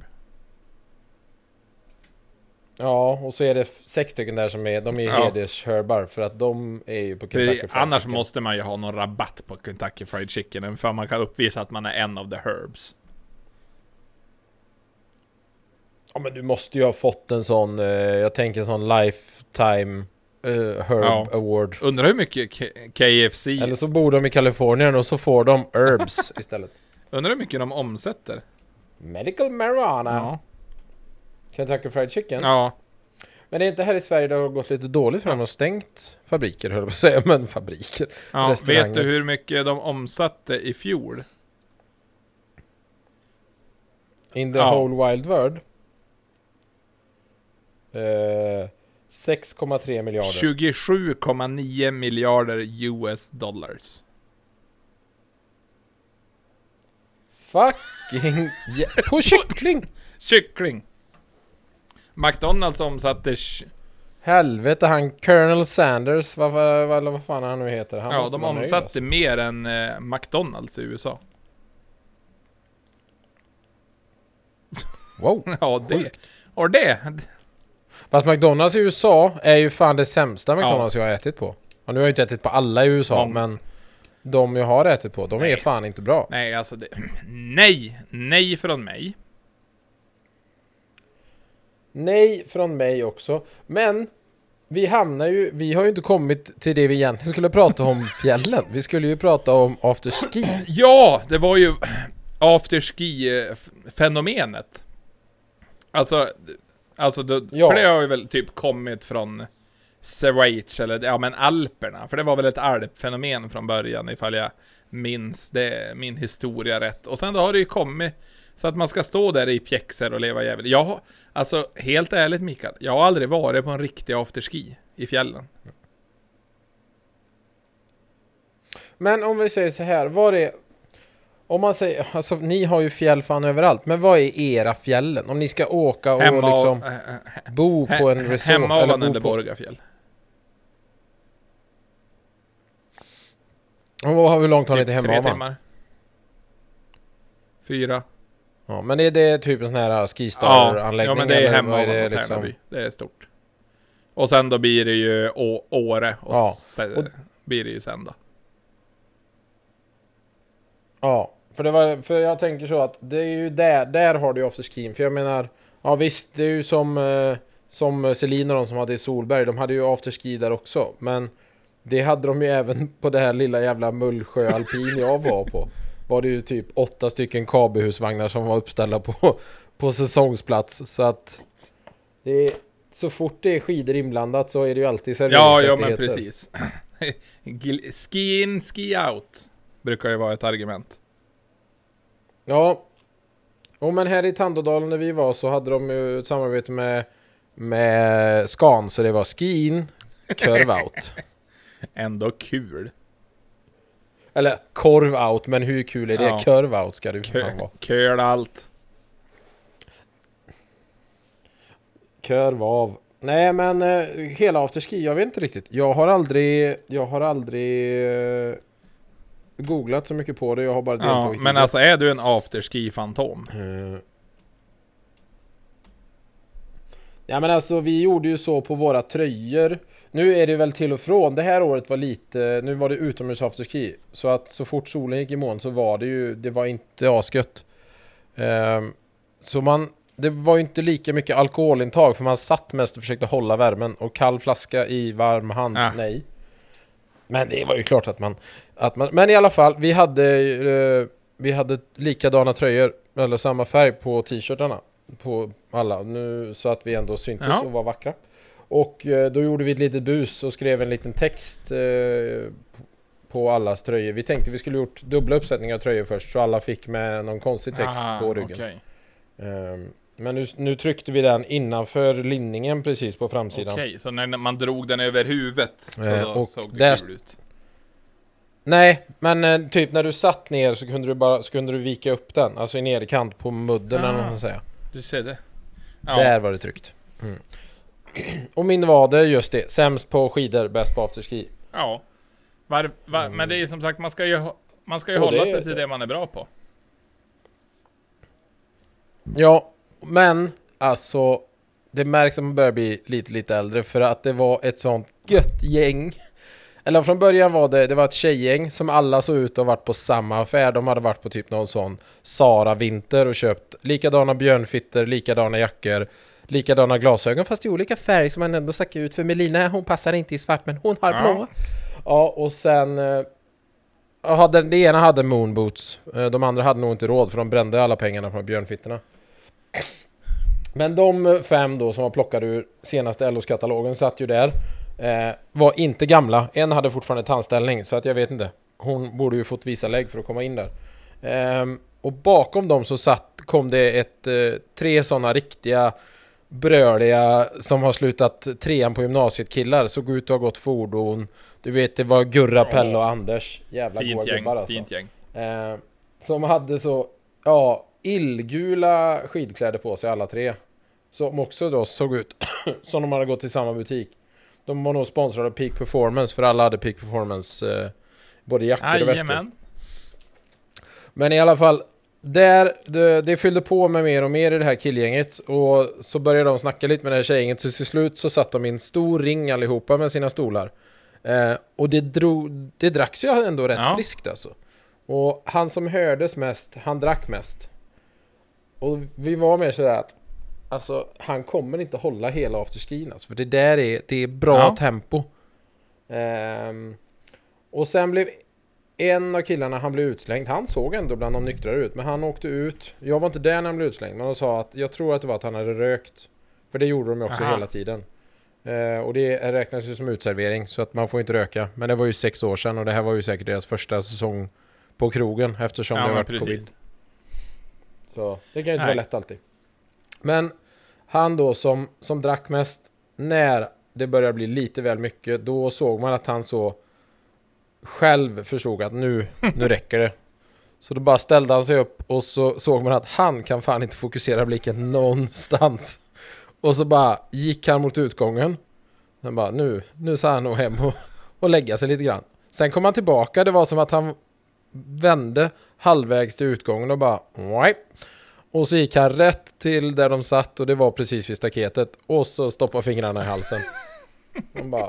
Ja, och så är det f- sex stycken där som är, de är Ja. hedershörbar för att de är ju på För Kentucky det, Fried annars Chicken. måste man ju ha någon rabatt på Kentucky Fried Chicken, för man kan uppvisa att man är en av the Herbs. Ja, men du måste ju ha fått en sån, eh, jag tänker en sån lifetime eh, Herb Ja. award. Undrar hur mycket K- KFC... Eller så bor de i Kalifornien och så får de herbs istället. Undrar hur mycket de omsätter. Medical marijuana. Ja. Kentucky Fried Chicken. Ja. Men det är inte här i Sverige det har gått lite dåligt för de har stängt fabriker, höll jag på att säga, men fabriker. ja. Restauranger. Vet du hur mycket de omsatte i fjol? In the Ja. whole wild world. Eh, sex komma tre miljarder. tjugosju komma nio miljarder U S dollars. Fucking ja- på kyckling! Kyckling! McDonalds omsatte... tj- Helvete, han Colonel Sanders, vad, vad, vad, vad fan han nu heter. Han Ja, måste de vara nöjd, omsatte alltså. mer än eh, McDonalds i U S A. Wow. Ja, det... Sjukt. Och det... Fast McDonalds i U S A är ju fan det sämsta McDonalds jag har ätit på. Och nu har jag inte ätit på alla i U S A, Ja. men de jag har ätit på, de är Nej. fan inte bra. Nej, alltså det... Nej! Nej från mig. Nej från mig också. Men vi hamnar ju, vi har ju inte kommit till det vi egentligen skulle prata om fjällen. Vi skulle ju prata om afterski. Ja, det var ju afterski-fenomenet. Alltså, alltså då, Ja. för det har ju väl typ kommit från Schweiz, eller ja men Alperna. För det var väl ett alpfenomen från början, ifall jag minns det, min historia rätt. Och sen då har det ju kommit så att man ska stå där i pjäxor och leva jävligt. Jag har, alltså helt ärligt Mikael, jag har aldrig varit på en riktig afterski i fjällen. Men om vi säger så här, vad är... Om man säger, alltså ni har ju fjäll fan överallt, men vad är era fjällen? Om ni ska åka och Hemma liksom äh, bo på en resort Hemavan bo eller på... Borgafjäll. Och vad- hur långt har ni till Typ tre Hemavan? timmar. Fyra. Ja, men är det typ en sån här Ja, skistar-anläggning? ja, men det är eller hemma vad av är det det, liksom? det är stort. Och sen då blir det ju Å- Åre och, Ja, sen, och- blir det ju sen då. Ja, för, det var, för jag tänker så att det är ju där, där har du ju afterskin. För jag menar, ja visst, det är ju som, eh, som Selin och de som hade i Solberg. De hade ju afterski där också. Men det hade de ju även på det här lilla jävla Mullsjö alpin jag var på. Var det ju typ åtta stycken K B-husvagnar som var uppställda på, på säsongsplats. Så att det är, så fort det är skidor inblandat så är det ju alltid Ja, ja men serveringsrättigheter. precis. Gl- ski in, ski out. Brukar ju vara ett argument. Ja. Och men här i Tandådalen när vi var så hade de ju ett samarbete med med Scan, så det var ski-in, curve-out. Ändå kul. Eller korv-out, men hur kul är det? Ja. Curve-out ska det ju fan vara. Kul allt. Curve av. Nej, men eh, hela afterski, jag vet inte riktigt. Jag har aldrig, jag har aldrig eh, googlat så mycket på det. Jag har bara Ja, deltagit i men det. alltså är du en afterski-fantom? Eh. Ja, men alltså vi gjorde ju så på våra tröjor. Nu är det väl till och från. Det här året var lite, nu var det utomhus afterski. Så att så fort solen gick i moln så var det ju, det var inte asgött. Um, så man, det var ju inte lika mycket alkoholintag för man satt mest och försökte hålla värmen. Och kall flaska i varm hand, Ah. nej. Men det var ju klart att man, att man men i alla fall, vi hade, uh, vi hade likadana tröjor, eller samma färg på t-shirtarna. På alla, nu, så att vi ändå syntes Ja. och var vackra. Och eh, då gjorde vi ett litet bus och skrev en liten text eh, på allas tröjor. Vi tänkte vi skulle gjort dubbla uppsättningar av tröjor först, så alla fick med någon konstig text Aha, på ryggen. okej. Um, men nu, nu tryckte vi den innanför linningen precis på framsidan. Okej, så när man drog den över huvudet så Eh, då och såg det där- kul ut. Nej, men eh, typ när du satt ner så kunde du bara så kunde du vika upp den, alltså i nederkant på mudden eller vad man ska säga. Du ser det. Ja. Där var det tryckt. Mm. Och min var det just det. Sämst på skidor, bäst på afterski. Ja. Var, var, Mm. Men det är som sagt, man ska ju, ha- man ska ju Och hålla det- sig till det man är bra på. Ja, men alltså det märks att man börjar bli lite lite äldre för att det var ett sånt gött gäng. Eller från början var det det var ett tjejgäng som alla såg ut att ha varit på samma affär. De hade varit på typ någon sån Sara Vinter och köpt likadana björnfitter, likadana jackor, likadana glasögon fast i olika färg som man ändå stack ut för Melina, hon passar inte i svart men hon har Ja. blå. Ja, och sen eh, hade, det ena hade moonboots. Eh, de andra hade nog inte råd för de brände alla pengarna från björnfitterna. Men de fem då som var plockade ur senaste L O's-katalogen satt ju där. Eh, var inte gamla. En hade fortfarande tandställning så att jag vet inte. Hon borde ju fått visa lägg för att komma in där. Eh, och bakom dem så satt, kom det ett eh, tre sådana riktiga bröliga som har slutat trean på gymnasiet killar. Såg ut att ha gått fordon. Du vet, det var Gurra, Pelle och Anders. Jävla Fint goa gäng, gubbar alltså. fint gäng. Eh, som hade så, ja, illgula skidkläder på sig alla tre. Som också då såg ut som de hade gått i samma butik. De var nog sponsrade av Peak Performance för alla hade Peak Performance eh, både jackor och väskor. Jajamän. Men i alla fall, där, det, det fyllde på med mer och mer i det här killgänget. Och så började de snacka lite med det här tjejgänget. Så till slut så satt de i en stor ring allihopa med sina stolar. Eh, och det, drog, det dracks ju ändå rätt Ja. friskt alltså. Och han som hördes mest, han drack mest. Och vi var mer sådär att alltså, han kommer inte hålla hela afterskin alltså, för det där är, det är bra Ja. tempo. Ehm, och sen blev en av killarna, han blev utslängd. Han såg ändå bland de nyktrare ut, men han åkte ut. Jag var inte där när han blev utslängd, men de sa att jag tror att det var att han hade rökt. För det gjorde de ju också Aha. hela tiden. Ehm, och det räknas ju som utservering, så att man får inte röka. Men det var ju sex år sedan och det här var ju säkert deras första säsong på krogen, eftersom Ja, det har men varit precis. covid. Så det kan ju inte Nej. vara lätt alltid. Men han då som, som drack mest, när det började bli lite väl mycket, då såg man att han så själv förstod att nu, nu räcker det. Så då bara ställde han sig upp och så såg man att han kan fan inte fokusera blicken någonstans. Och så bara gick han mot utgången. Sen bara, nu, nu sa han nog hem och, och lägga sig lite grann. Sen kom han tillbaka, det var som att han vände halvvägs till utgången och bara, nej. Och så gick han rätt till där de satt och det var precis vid staketet. Och så stoppade fingrarna i halsen. Han bara...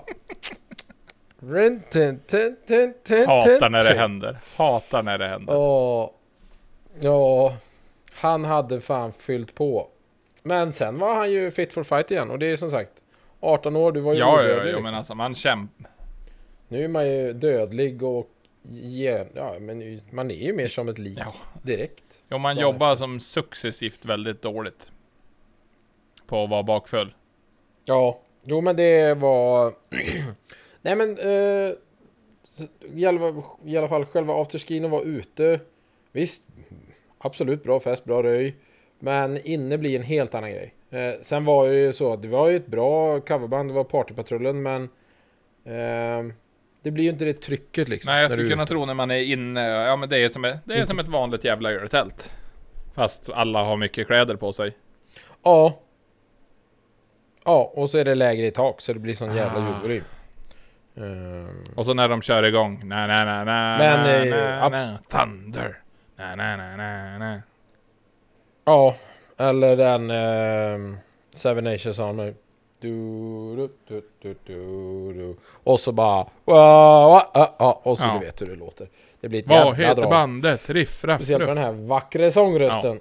Hatar när det händer. Hatar när det händer. Ja, ja, han hade fan fyllt på. Men sen var han ju fit for fight igen. Och det är som sagt arton år, du var ju Ja, ja, odödlig, ja, liksom. men alltså man kämpar. Nu är man ju dödlig och ja, ja, men man är ju mer som ett lik Ja. direkt. Jo, man Dagen jobbar som successivt väldigt dåligt på att vara bakfull. Ja, jo men det var... Nej men, eh, i, alla, i alla fall själva afterskin och var ute. Visst, absolut bra fest, bra röj. Men inne blir en helt annan grej. Eh, sen var det ju så att det var ju ett bra coverband, det var Partypatrullen, men eh, det blir ju inte det trycket liksom. Nej, jag skulle kunna tro när man är inne, ja men det är som, ett, det är som ett vanligt jävla öltält. Fast alla har mycket kläder på sig. Ja. Ja, och så är det lägre i tak så det blir sån jävla Ah. ljudvolym. Um, Och så när de kör igång, na na na na Men, na, eh, na, abs- na, thunder, na na na na na. ja, eller den um, Seven Nations Army. Du, du, du, du, du, du. Och så bara wow, wow, ja, och så Ja. du vet hur det låter. Det blir ett Vad jävla heter drag. bandet? Riff, raff, Speciellt med ruff. den här vackra sångrösten.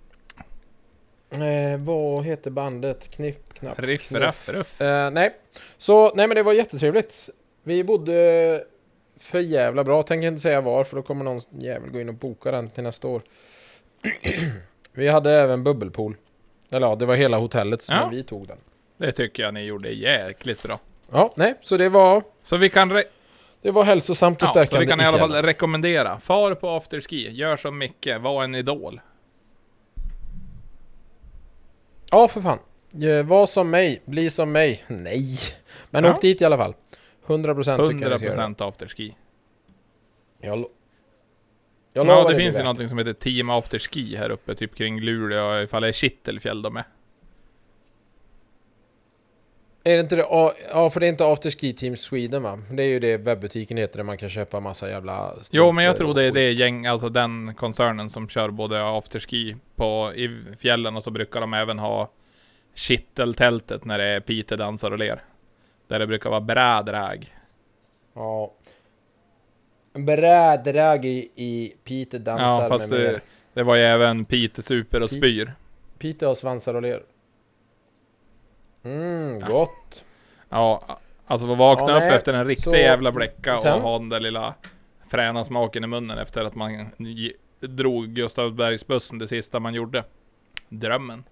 Eh, vad heter bandet? Knipp, knapp, Riff, knuff. raff, ruff. Eh, nej. Så, nej men det var jättetrevligt. Vi bodde för jävla bra. Tänker inte säga var, för då kommer någon jävel gå in och boka den till nästa år. Vi hade även bubbelpool. Eller ja, det var hela hotellet som Ja. vi tog den. Det tycker jag ni gjorde jäkligt bra. Ja, nej, så det var, Så vi kan, re- det var hälsosamt och ja, så stärkande vi kan i alla fall fjällen. rekommendera. Far på afterski, gör som Micke, var en idol. Ja, för fan. Eh, Var som mig, bli som mig. Nej. Men Ja. åk dit i alla fall. hundra procent tycker jag hundra ni ska göra. procent afterski. Jag, lo- jag Ja, lovar det blir finns ju värt. någonting som heter Team Afterski här uppe, typ kring Luleå, ifall det är Kittelfjäll de är. Är det inte det? Ja, ja, för det är inte Afterski Team Sweden va? Det är ju det webbutiken heter där man kan köpa massa jävla Jo, men jag strumpor tror det är och det skit. gäng, alltså den koncernen som kör både afterski på, i fjällen, och så brukar de även ha Kitteltältet när det är Pite dansar och ler. Där det brukar vara bra drag. Ja. En bra drag i, i Pite dansar Ja, fast med det, mer. det var ju även Pite super och Pi- spyr. Pite har svansar och ler. Mm, Ja. gott. Ja, alltså att vakna Ja, upp nej, efter en riktig så- jävla bläcka sen- och ha den där lilla fräna smaken i munnen efter att man ge- drog Gustavsbergsbussen det sista man gjorde. Drömmen.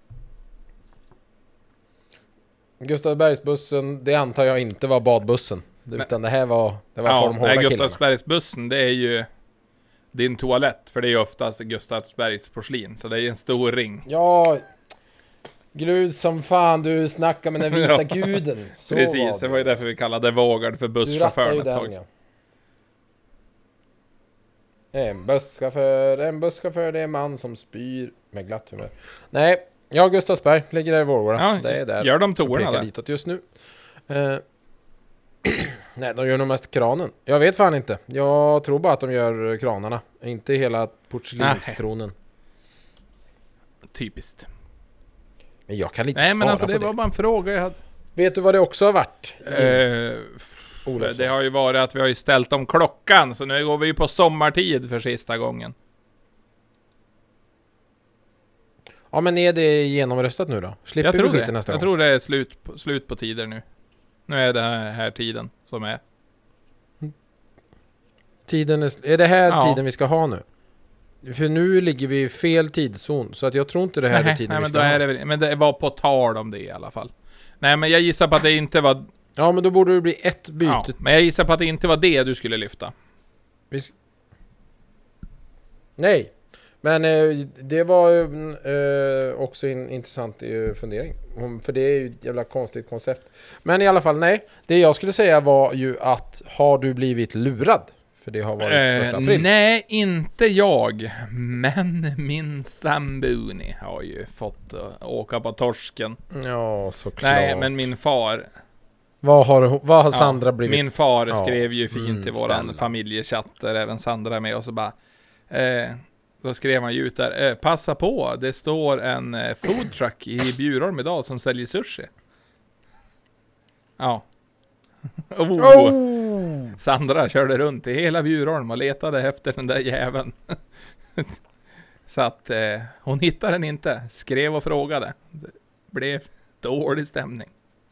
Gustavsbergsbussen, det antar jag inte var badbussen. Utan det här var, det var för Ja, de hårda nej, killarna. Gustavsbergsbussen, det är ju din toalett, för det är ju oftast Gustavsbergs porslin, så det är en stor ring. Ja, Gud som fan, du snackar med den vita Ja, guden. Så Precis, det var ju därför vi kallade Vågard för Du rattar busschauffören ju ett den tag. ja. En busschaufför, en busschaufför, det är en man som spyr med glatt humör. Nej, ja, Gustavsberg ligger där i Vårgårda. Ja, det är där. gör de Jag toorna pekar där? ditåt just nu. Eh, nej, de gör nog mest kranen. Jag vet fan inte. Jag tror bara att de gör kranarna. Inte hela porslinstronen. Typiskt. Men jag kan inte Nej, svara men alltså på det det. var bara en fråga jag hade. Vet du vad det också har varit? Eh, Olofsson. det har ju varit att vi har ju ställt om klockan, så nu går vi ju på sommartid för sista gången. Ja, men är det genomröstat nu då? Slipper Jag vi tror skiten det. nästa Jag gång? tror det är slut på, slut på tider nu. Nu är det här, här tiden som är. Tiden är, är det här Ja. tiden vi ska ha nu? För nu ligger vi i fel tidszon. Så att jag tror inte det här nej, är tiden nej, vi men ska då ha. är det väl, men det var på tal om det i alla fall. Nej, men jag gissar på att det inte var. Ja, men då borde det bli ett byte. Ja, men jag gissar på att det inte var det du skulle lyfta. Vi s- Nej. Men eh, det var ju eh, också en intressant eh, fundering. Om, för det är ju ett jävla konstigt koncept. Men i alla fall, nej. Det jag skulle säga var ju att har du blivit lurad? För det har varit första Eh, april. nej, inte jag. Men min sambuni har ju fått uh, åka på torsken. Ja, såklart. Nej, men min far. Vad har, hon- vad har Ja, Sandra blivit? Min far Ja, skrev ju fint mm, i våran snälla. familjechatt där även Sandra är med, och så bara eh, då skrev han ju ut där, eh, passa på, det står en eh, food truck i Bjurholm idag som säljer sushi. Ja. oh. Oh! Sandra körde runt i hela Bjurholm och letade efter den där jäveln. Så att eh, hon hittade den inte, skrev och frågade. Det blev dålig stämning.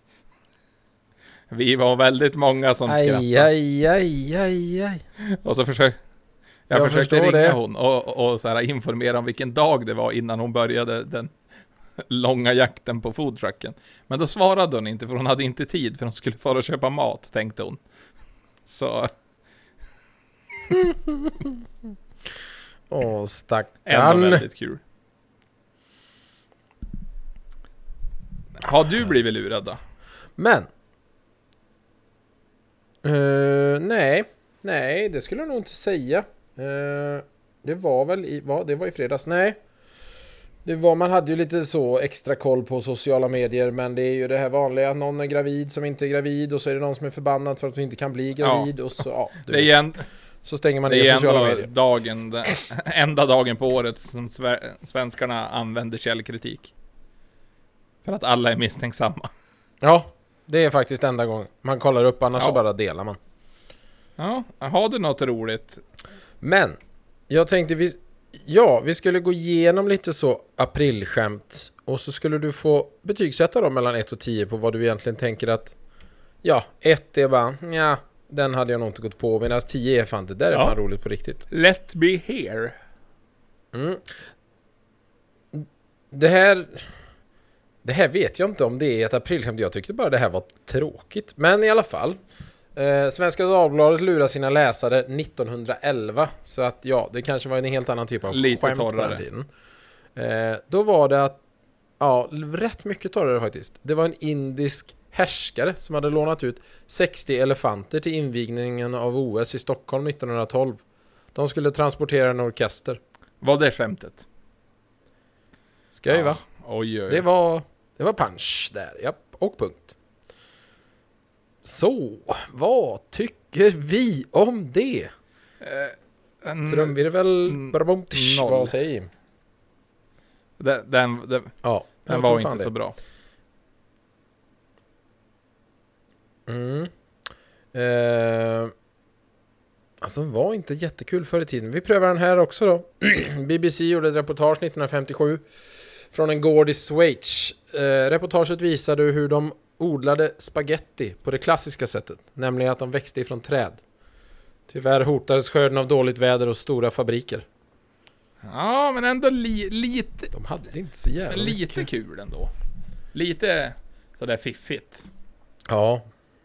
Vi var väldigt många som Aj, skrattade. aj, aj, aj, aj. Och så försök, jag, Jag försökte förstår ringa det. hon och, och, och så här informera om vilken dag det var innan hon började den långa jakten på foodtrucken. Men då svarade hon inte, för hon hade inte tid, för hon skulle fara och köpa mat, tänkte hon. Så Åh, Ändå stackarn. väldigt kul. Har du blivit lurad då? Men. Uh, nej. Nej, det skulle jag nog inte säga. Uh, det var väl i, vad? Det var i fredags. Nej. Det var, man hade ju lite så extra koll på sociala medier, men det är ju det här vanliga, någon är gravid som inte är gravid och så är det någon som är förbannad för att de inte kan bli gravid, ja. Och så, ja, det är igen, så stänger man ner ner sociala medier. medier. Dagen, den enda dagen på året som svenskarna använder källkritik. För att alla är misstänksamma. Ja, det är faktiskt enda gången man kollar upp, annars ja. Så bara delar man. Ja, har du något roligt? Men, jag tänkte vi... Ja, vi skulle gå igenom lite så aprilskämt och så skulle du få betygsätta dem mellan ett och tio på vad du egentligen tänker att ja, ett är bara, ja, den hade jag nog inte gått på, medan tio är fan, det där är ja. Fan roligt på riktigt. Let be here. Mm. Det här det här vet jag inte om det är ett aprilskämt, jag tyckte bara det här var tråkigt, men i alla fall. Eh, Svenska Dagbladet lurar sina läsare nittonhundraelva. Så att ja, det kanske var en helt annan typ av lite skämt på den tiden. Eh, då var det att ja, rätt mycket torrare faktiskt. Det var en indisk härskare som hade lånat ut sextio elefanter till invigningen av O S i Stockholm nittonhundratolv. De skulle transportera en orkester. Var det skämtet? Ska jag ju va? Oj, oj. Det var, det var punch där, ja, och punkt. Så, vad tycker vi om det? Eh, en, Trumvirvel, n- barabomtish, noll. vad säger Den, den, den, ja, den var inte så bra. Mm. Eh, alltså den var inte jättekul förr i tiden. Vi prövar den här också då. B B C gjorde ett reportage nittonhundrafemtiosju från en gård i Schweiz. Eh, reportaget visade hur de odlade spaghetti på det klassiska sättet, nämligen att de växte ifrån träd. Tyvärr hotades skörden av dåligt väder och stora fabriker. Ja, men ändå li- lite... De hade inte så jävla lite mycket. Kul ändå. Lite sådär fiffigt. Ja.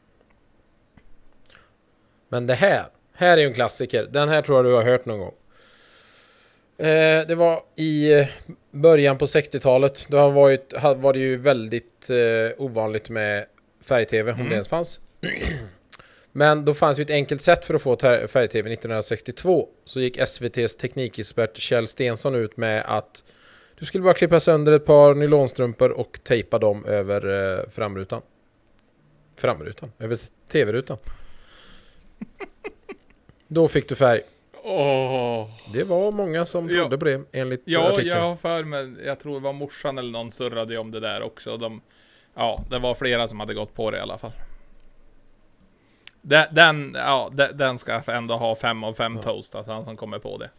Men det här, här är ju en klassiker. Den här tror jag du har hört någon gång. Eh, det var i början på sextiotalet. Då har varit, var det ju väldigt eh, ovanligt med färg-tv, mm. om det ens fanns. Men då fanns ju ett enkelt sätt för att få färg-tv nittonhundrasextiotvå. Så gick S V T:s teknikexpert Kjell Stensson ut med att du skulle bara klippa sönder ett par nylonstrumpor och tejpa dem över eh, framrutan. Framrutan? Över tv-rutan. Då fick du färg. Oh. Det var många som trodde ja. på det enligt ja, artikeln. Ja, jag har för mig, jag tror det var morsan eller någon surrade om det där också. De, ja, det var flera som hade gått på det i alla fall. Den, den, ja, den, den ska ändå ha fem av fem ja. Toast, alltså han som kommer på det.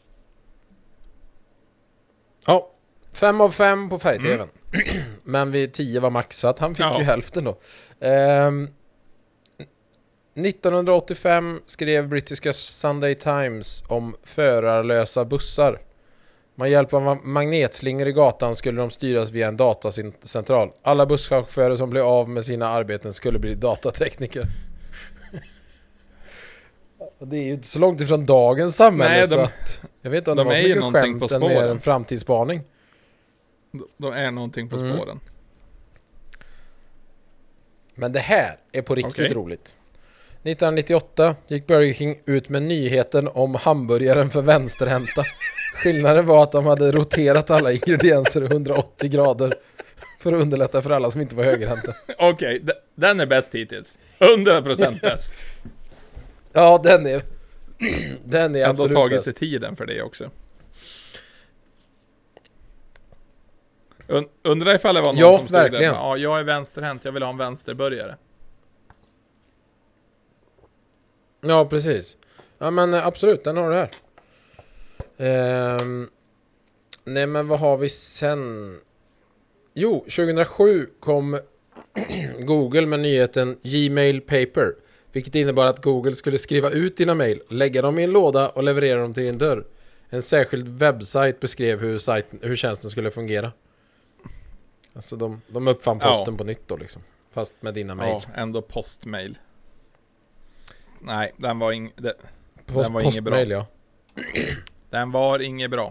Ja, fem av fem på färg-tvn. Mm. Men vid tio var max, så att han fick ja. ju hälften då. Um, nittonhundraåttiofem skrev brittiska Sunday Times om förarlösa bussar. Med hjälp av magnetslingor i gatan skulle de styras via en datacentral. Alla busschaufförer som blev av med sina arbeten skulle bli datatekniker. Det är ju inte så långt ifrån dagens samhälle. Nej, de, så att jag vet inte om de det var så mycket skämt än mer en framtidsspaning. De, de är någonting på mm. spåren. Men det här är på riktigt okay. roligt. nittonhundranittioåtta gick Burger King ut med nyheten om hamburgaren för vänsterhänta. Skillnaden var att de hade roterat alla ingredienser hundraåttio grader för att underlätta för alla som inte var högerhänta. Okej, okay, d- den är bäst hittills. hundra procent bäst. Ja, den är den är absolut bäst. Ändå tagit sig tiden för det också. Und- undrar ifall det var någon ja, som stod verkligen. där. Ja, jag är vänsterhänt, jag vill ha en vänsterburgare. Ja, precis. Ja, men absolut, den har du här. Ehm, nej, men vad har vi sen? Jo, tjugohundrasju kom Google med nyheten Gmail Paper, vilket innebar att Google skulle skriva ut dina mejl, lägga dem i en låda och leverera dem till din dörr. En särskild webbsajt beskrev hur, sajten, hur tjänsten skulle fungera. Alltså de, de uppfann posten ja. på nytt då liksom. Fast med dina mejl. Ja, ändå postmail. Nej, den var, ing, det, Post, den var inget bra. Ja. Den var inget bra.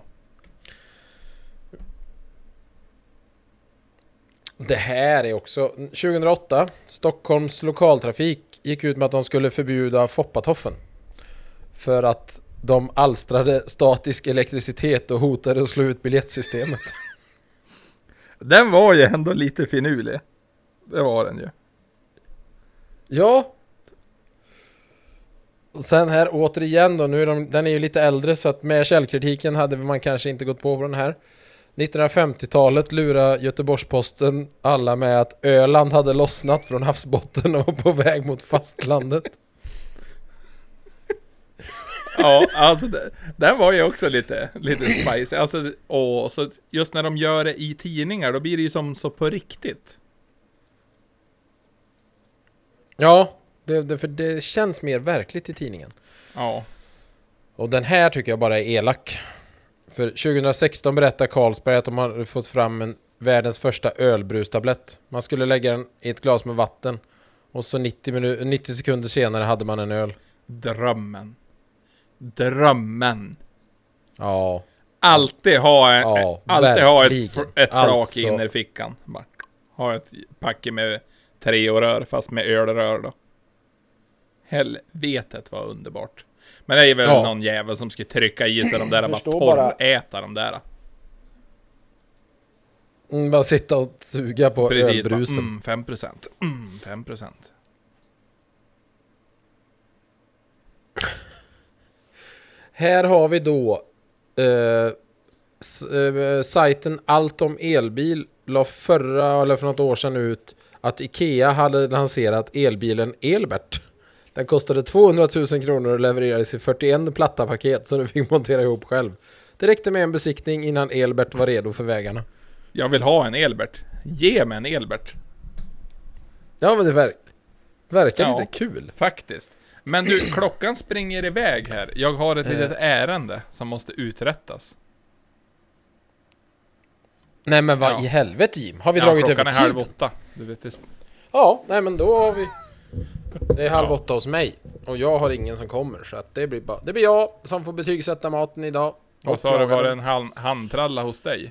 Det här är också tjugohundraåtta. Stockholms lokaltrafik gick ut med att de skulle förbjuda Foppatoffen. För att de alstrade statisk elektricitet och hotade att slå ut biljettsystemet. Den var ju ändå lite finurlig. Det var den ju. Ja. Och sen här återigen då, nu är de, den är ju lite äldre så att med källkritiken hade man kanske inte gått på på den här. nittonhundrafemtiotalet lurade Göteborgs-Posten alla med att Öland hade lossnat från havsbotten och var på väg mot fastlandet. Ja, alltså det, den var ju också lite, lite spicy. Alltså, och så just när de gör det i tidningar, då blir det ju som så på riktigt. Ja, det, det, för det känns mer verkligt i tidningen. Ja. Och den här tycker jag bara är elak. För tjugohundrasexton berättar Carlsberg att de har fått fram en världens första ölbrustablett. Man skulle lägga den i ett glas med vatten. Och så nittio, minu- nittio sekunder senare hade man en öl. Drömmen. Drömmen. Ja. Alltid ha, en, Ja, alltid ha ett, verkligen. fr- ett flak Alltså. in i fickan. Bara ha ett packe med treorör fast med ölrör då. Helvetet var underbart. Men det är väl Ja. någon jävel som ska trycka i sig de där och bara Förstår bara. torräta de där. Mm, bara sitta och suga på Precis, bara, ölbrusen. mm, fem procent. Mm, fem procent. Här har vi då eh, s- eh, sajten Allt om elbil la förra eller för något år sedan ut att Ikea hade lanserat elbilen Elbert. Den kostade tvåhundratusen kronor och levererades i fyrtioen platta paket så du fick montera ihop själv. Det räckte med en besiktning innan Elbert var redo för vägarna. Jag vill ha en Elbert. Ge mig en Elbert. Ja, men det verk verkar Ja. lite kul. Faktiskt. Men du, klockan springer iväg här. Jag har ett litet ärende som måste uträttas. Nej, men vad Ja. i helvete, Jim? Har vi Ja, dragit klockan över är halv tid? åtta. Du vet det. Ja, nej men då har vi... Det är halv Ja. åtta hos mig. Och jag har ingen som kommer. Så att det blir bara... Det blir jag som får betygsätta maten idag. Vad Och sa du, laga var det den. en hand, handtralla hos dig?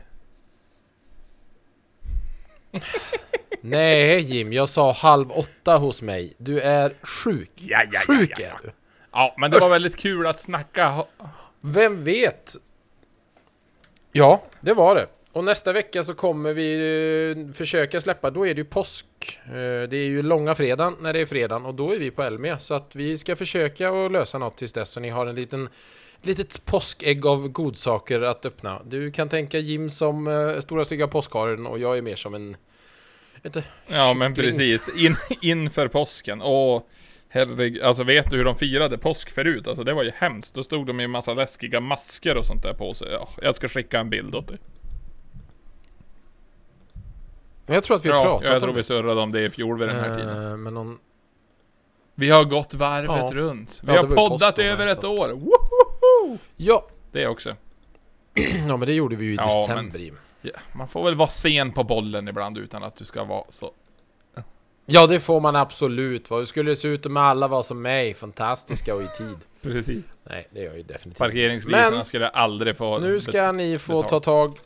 Nej, Jim. Jag sa halv åtta hos mig. Du är sjuk. Ja, ja, ja, sjuk ja, ja. är du. Ja, men det var väldigt kul att snacka. Vem vet? Ja, det var det. Och nästa vecka så kommer vi eh, försöka släppa. Då är det ju påsk. Eh, det är ju långa fredagen när det är fredagen. Och då är vi på Elmia. Så att vi ska försöka att lösa något tills dess. Så ni har en liten... Ett litet påskägg av godsaker att öppna. Du kan tänka Jim som uh, stora stygga påskharen och jag är mer som en... Ett, Ja, men kyckling. precis. In, inför påsken. Och herregud, alltså vet du hur de firade påsk förut? Alltså det var ju hemskt. Då stod de med en massa läskiga masker och sånt där på sig. Ja, jag ska skicka en bild åt dig. Men jag tror att vi har Ja, pratat jag om tror vi det. surrade om det i fjol vid den här tiden. Eh, men någon... Vi har gått varvet Ja. runt. Vi Ja, har det var ju poddat påsk då med, över ett så att- år. Wohoho! Ja. Det också. ja, men det gjorde vi ju i Ja, december, Jim. Ja, man får väl vara sen på bollen ibland utan att du ska vara så... Ja, det får man absolut. Hur skulle det se ut om alla var som mig? Fantastiska och i tid. Precis. Nej, det gör jag ju definitivt. Parkeringsliserna Men skulle aldrig få... nu ska ni få betalt. ta tag...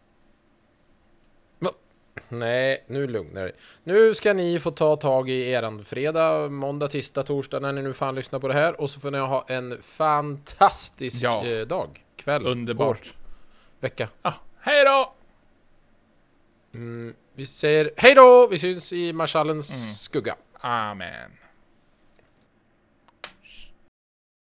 Va? Nej, nu lugnar det. Nu ska ni få ta tag i eran fredag, måndag, tisdag, torsdag när ni nu fan lyssnar på det här. Och så får ni ha en fantastisk Ja. eh, dag, kväll, Underbart. år, vecka. Ah, hej då! Mm, vi säger hej då! Vi syns i marschallens Mm. skugga. Amen.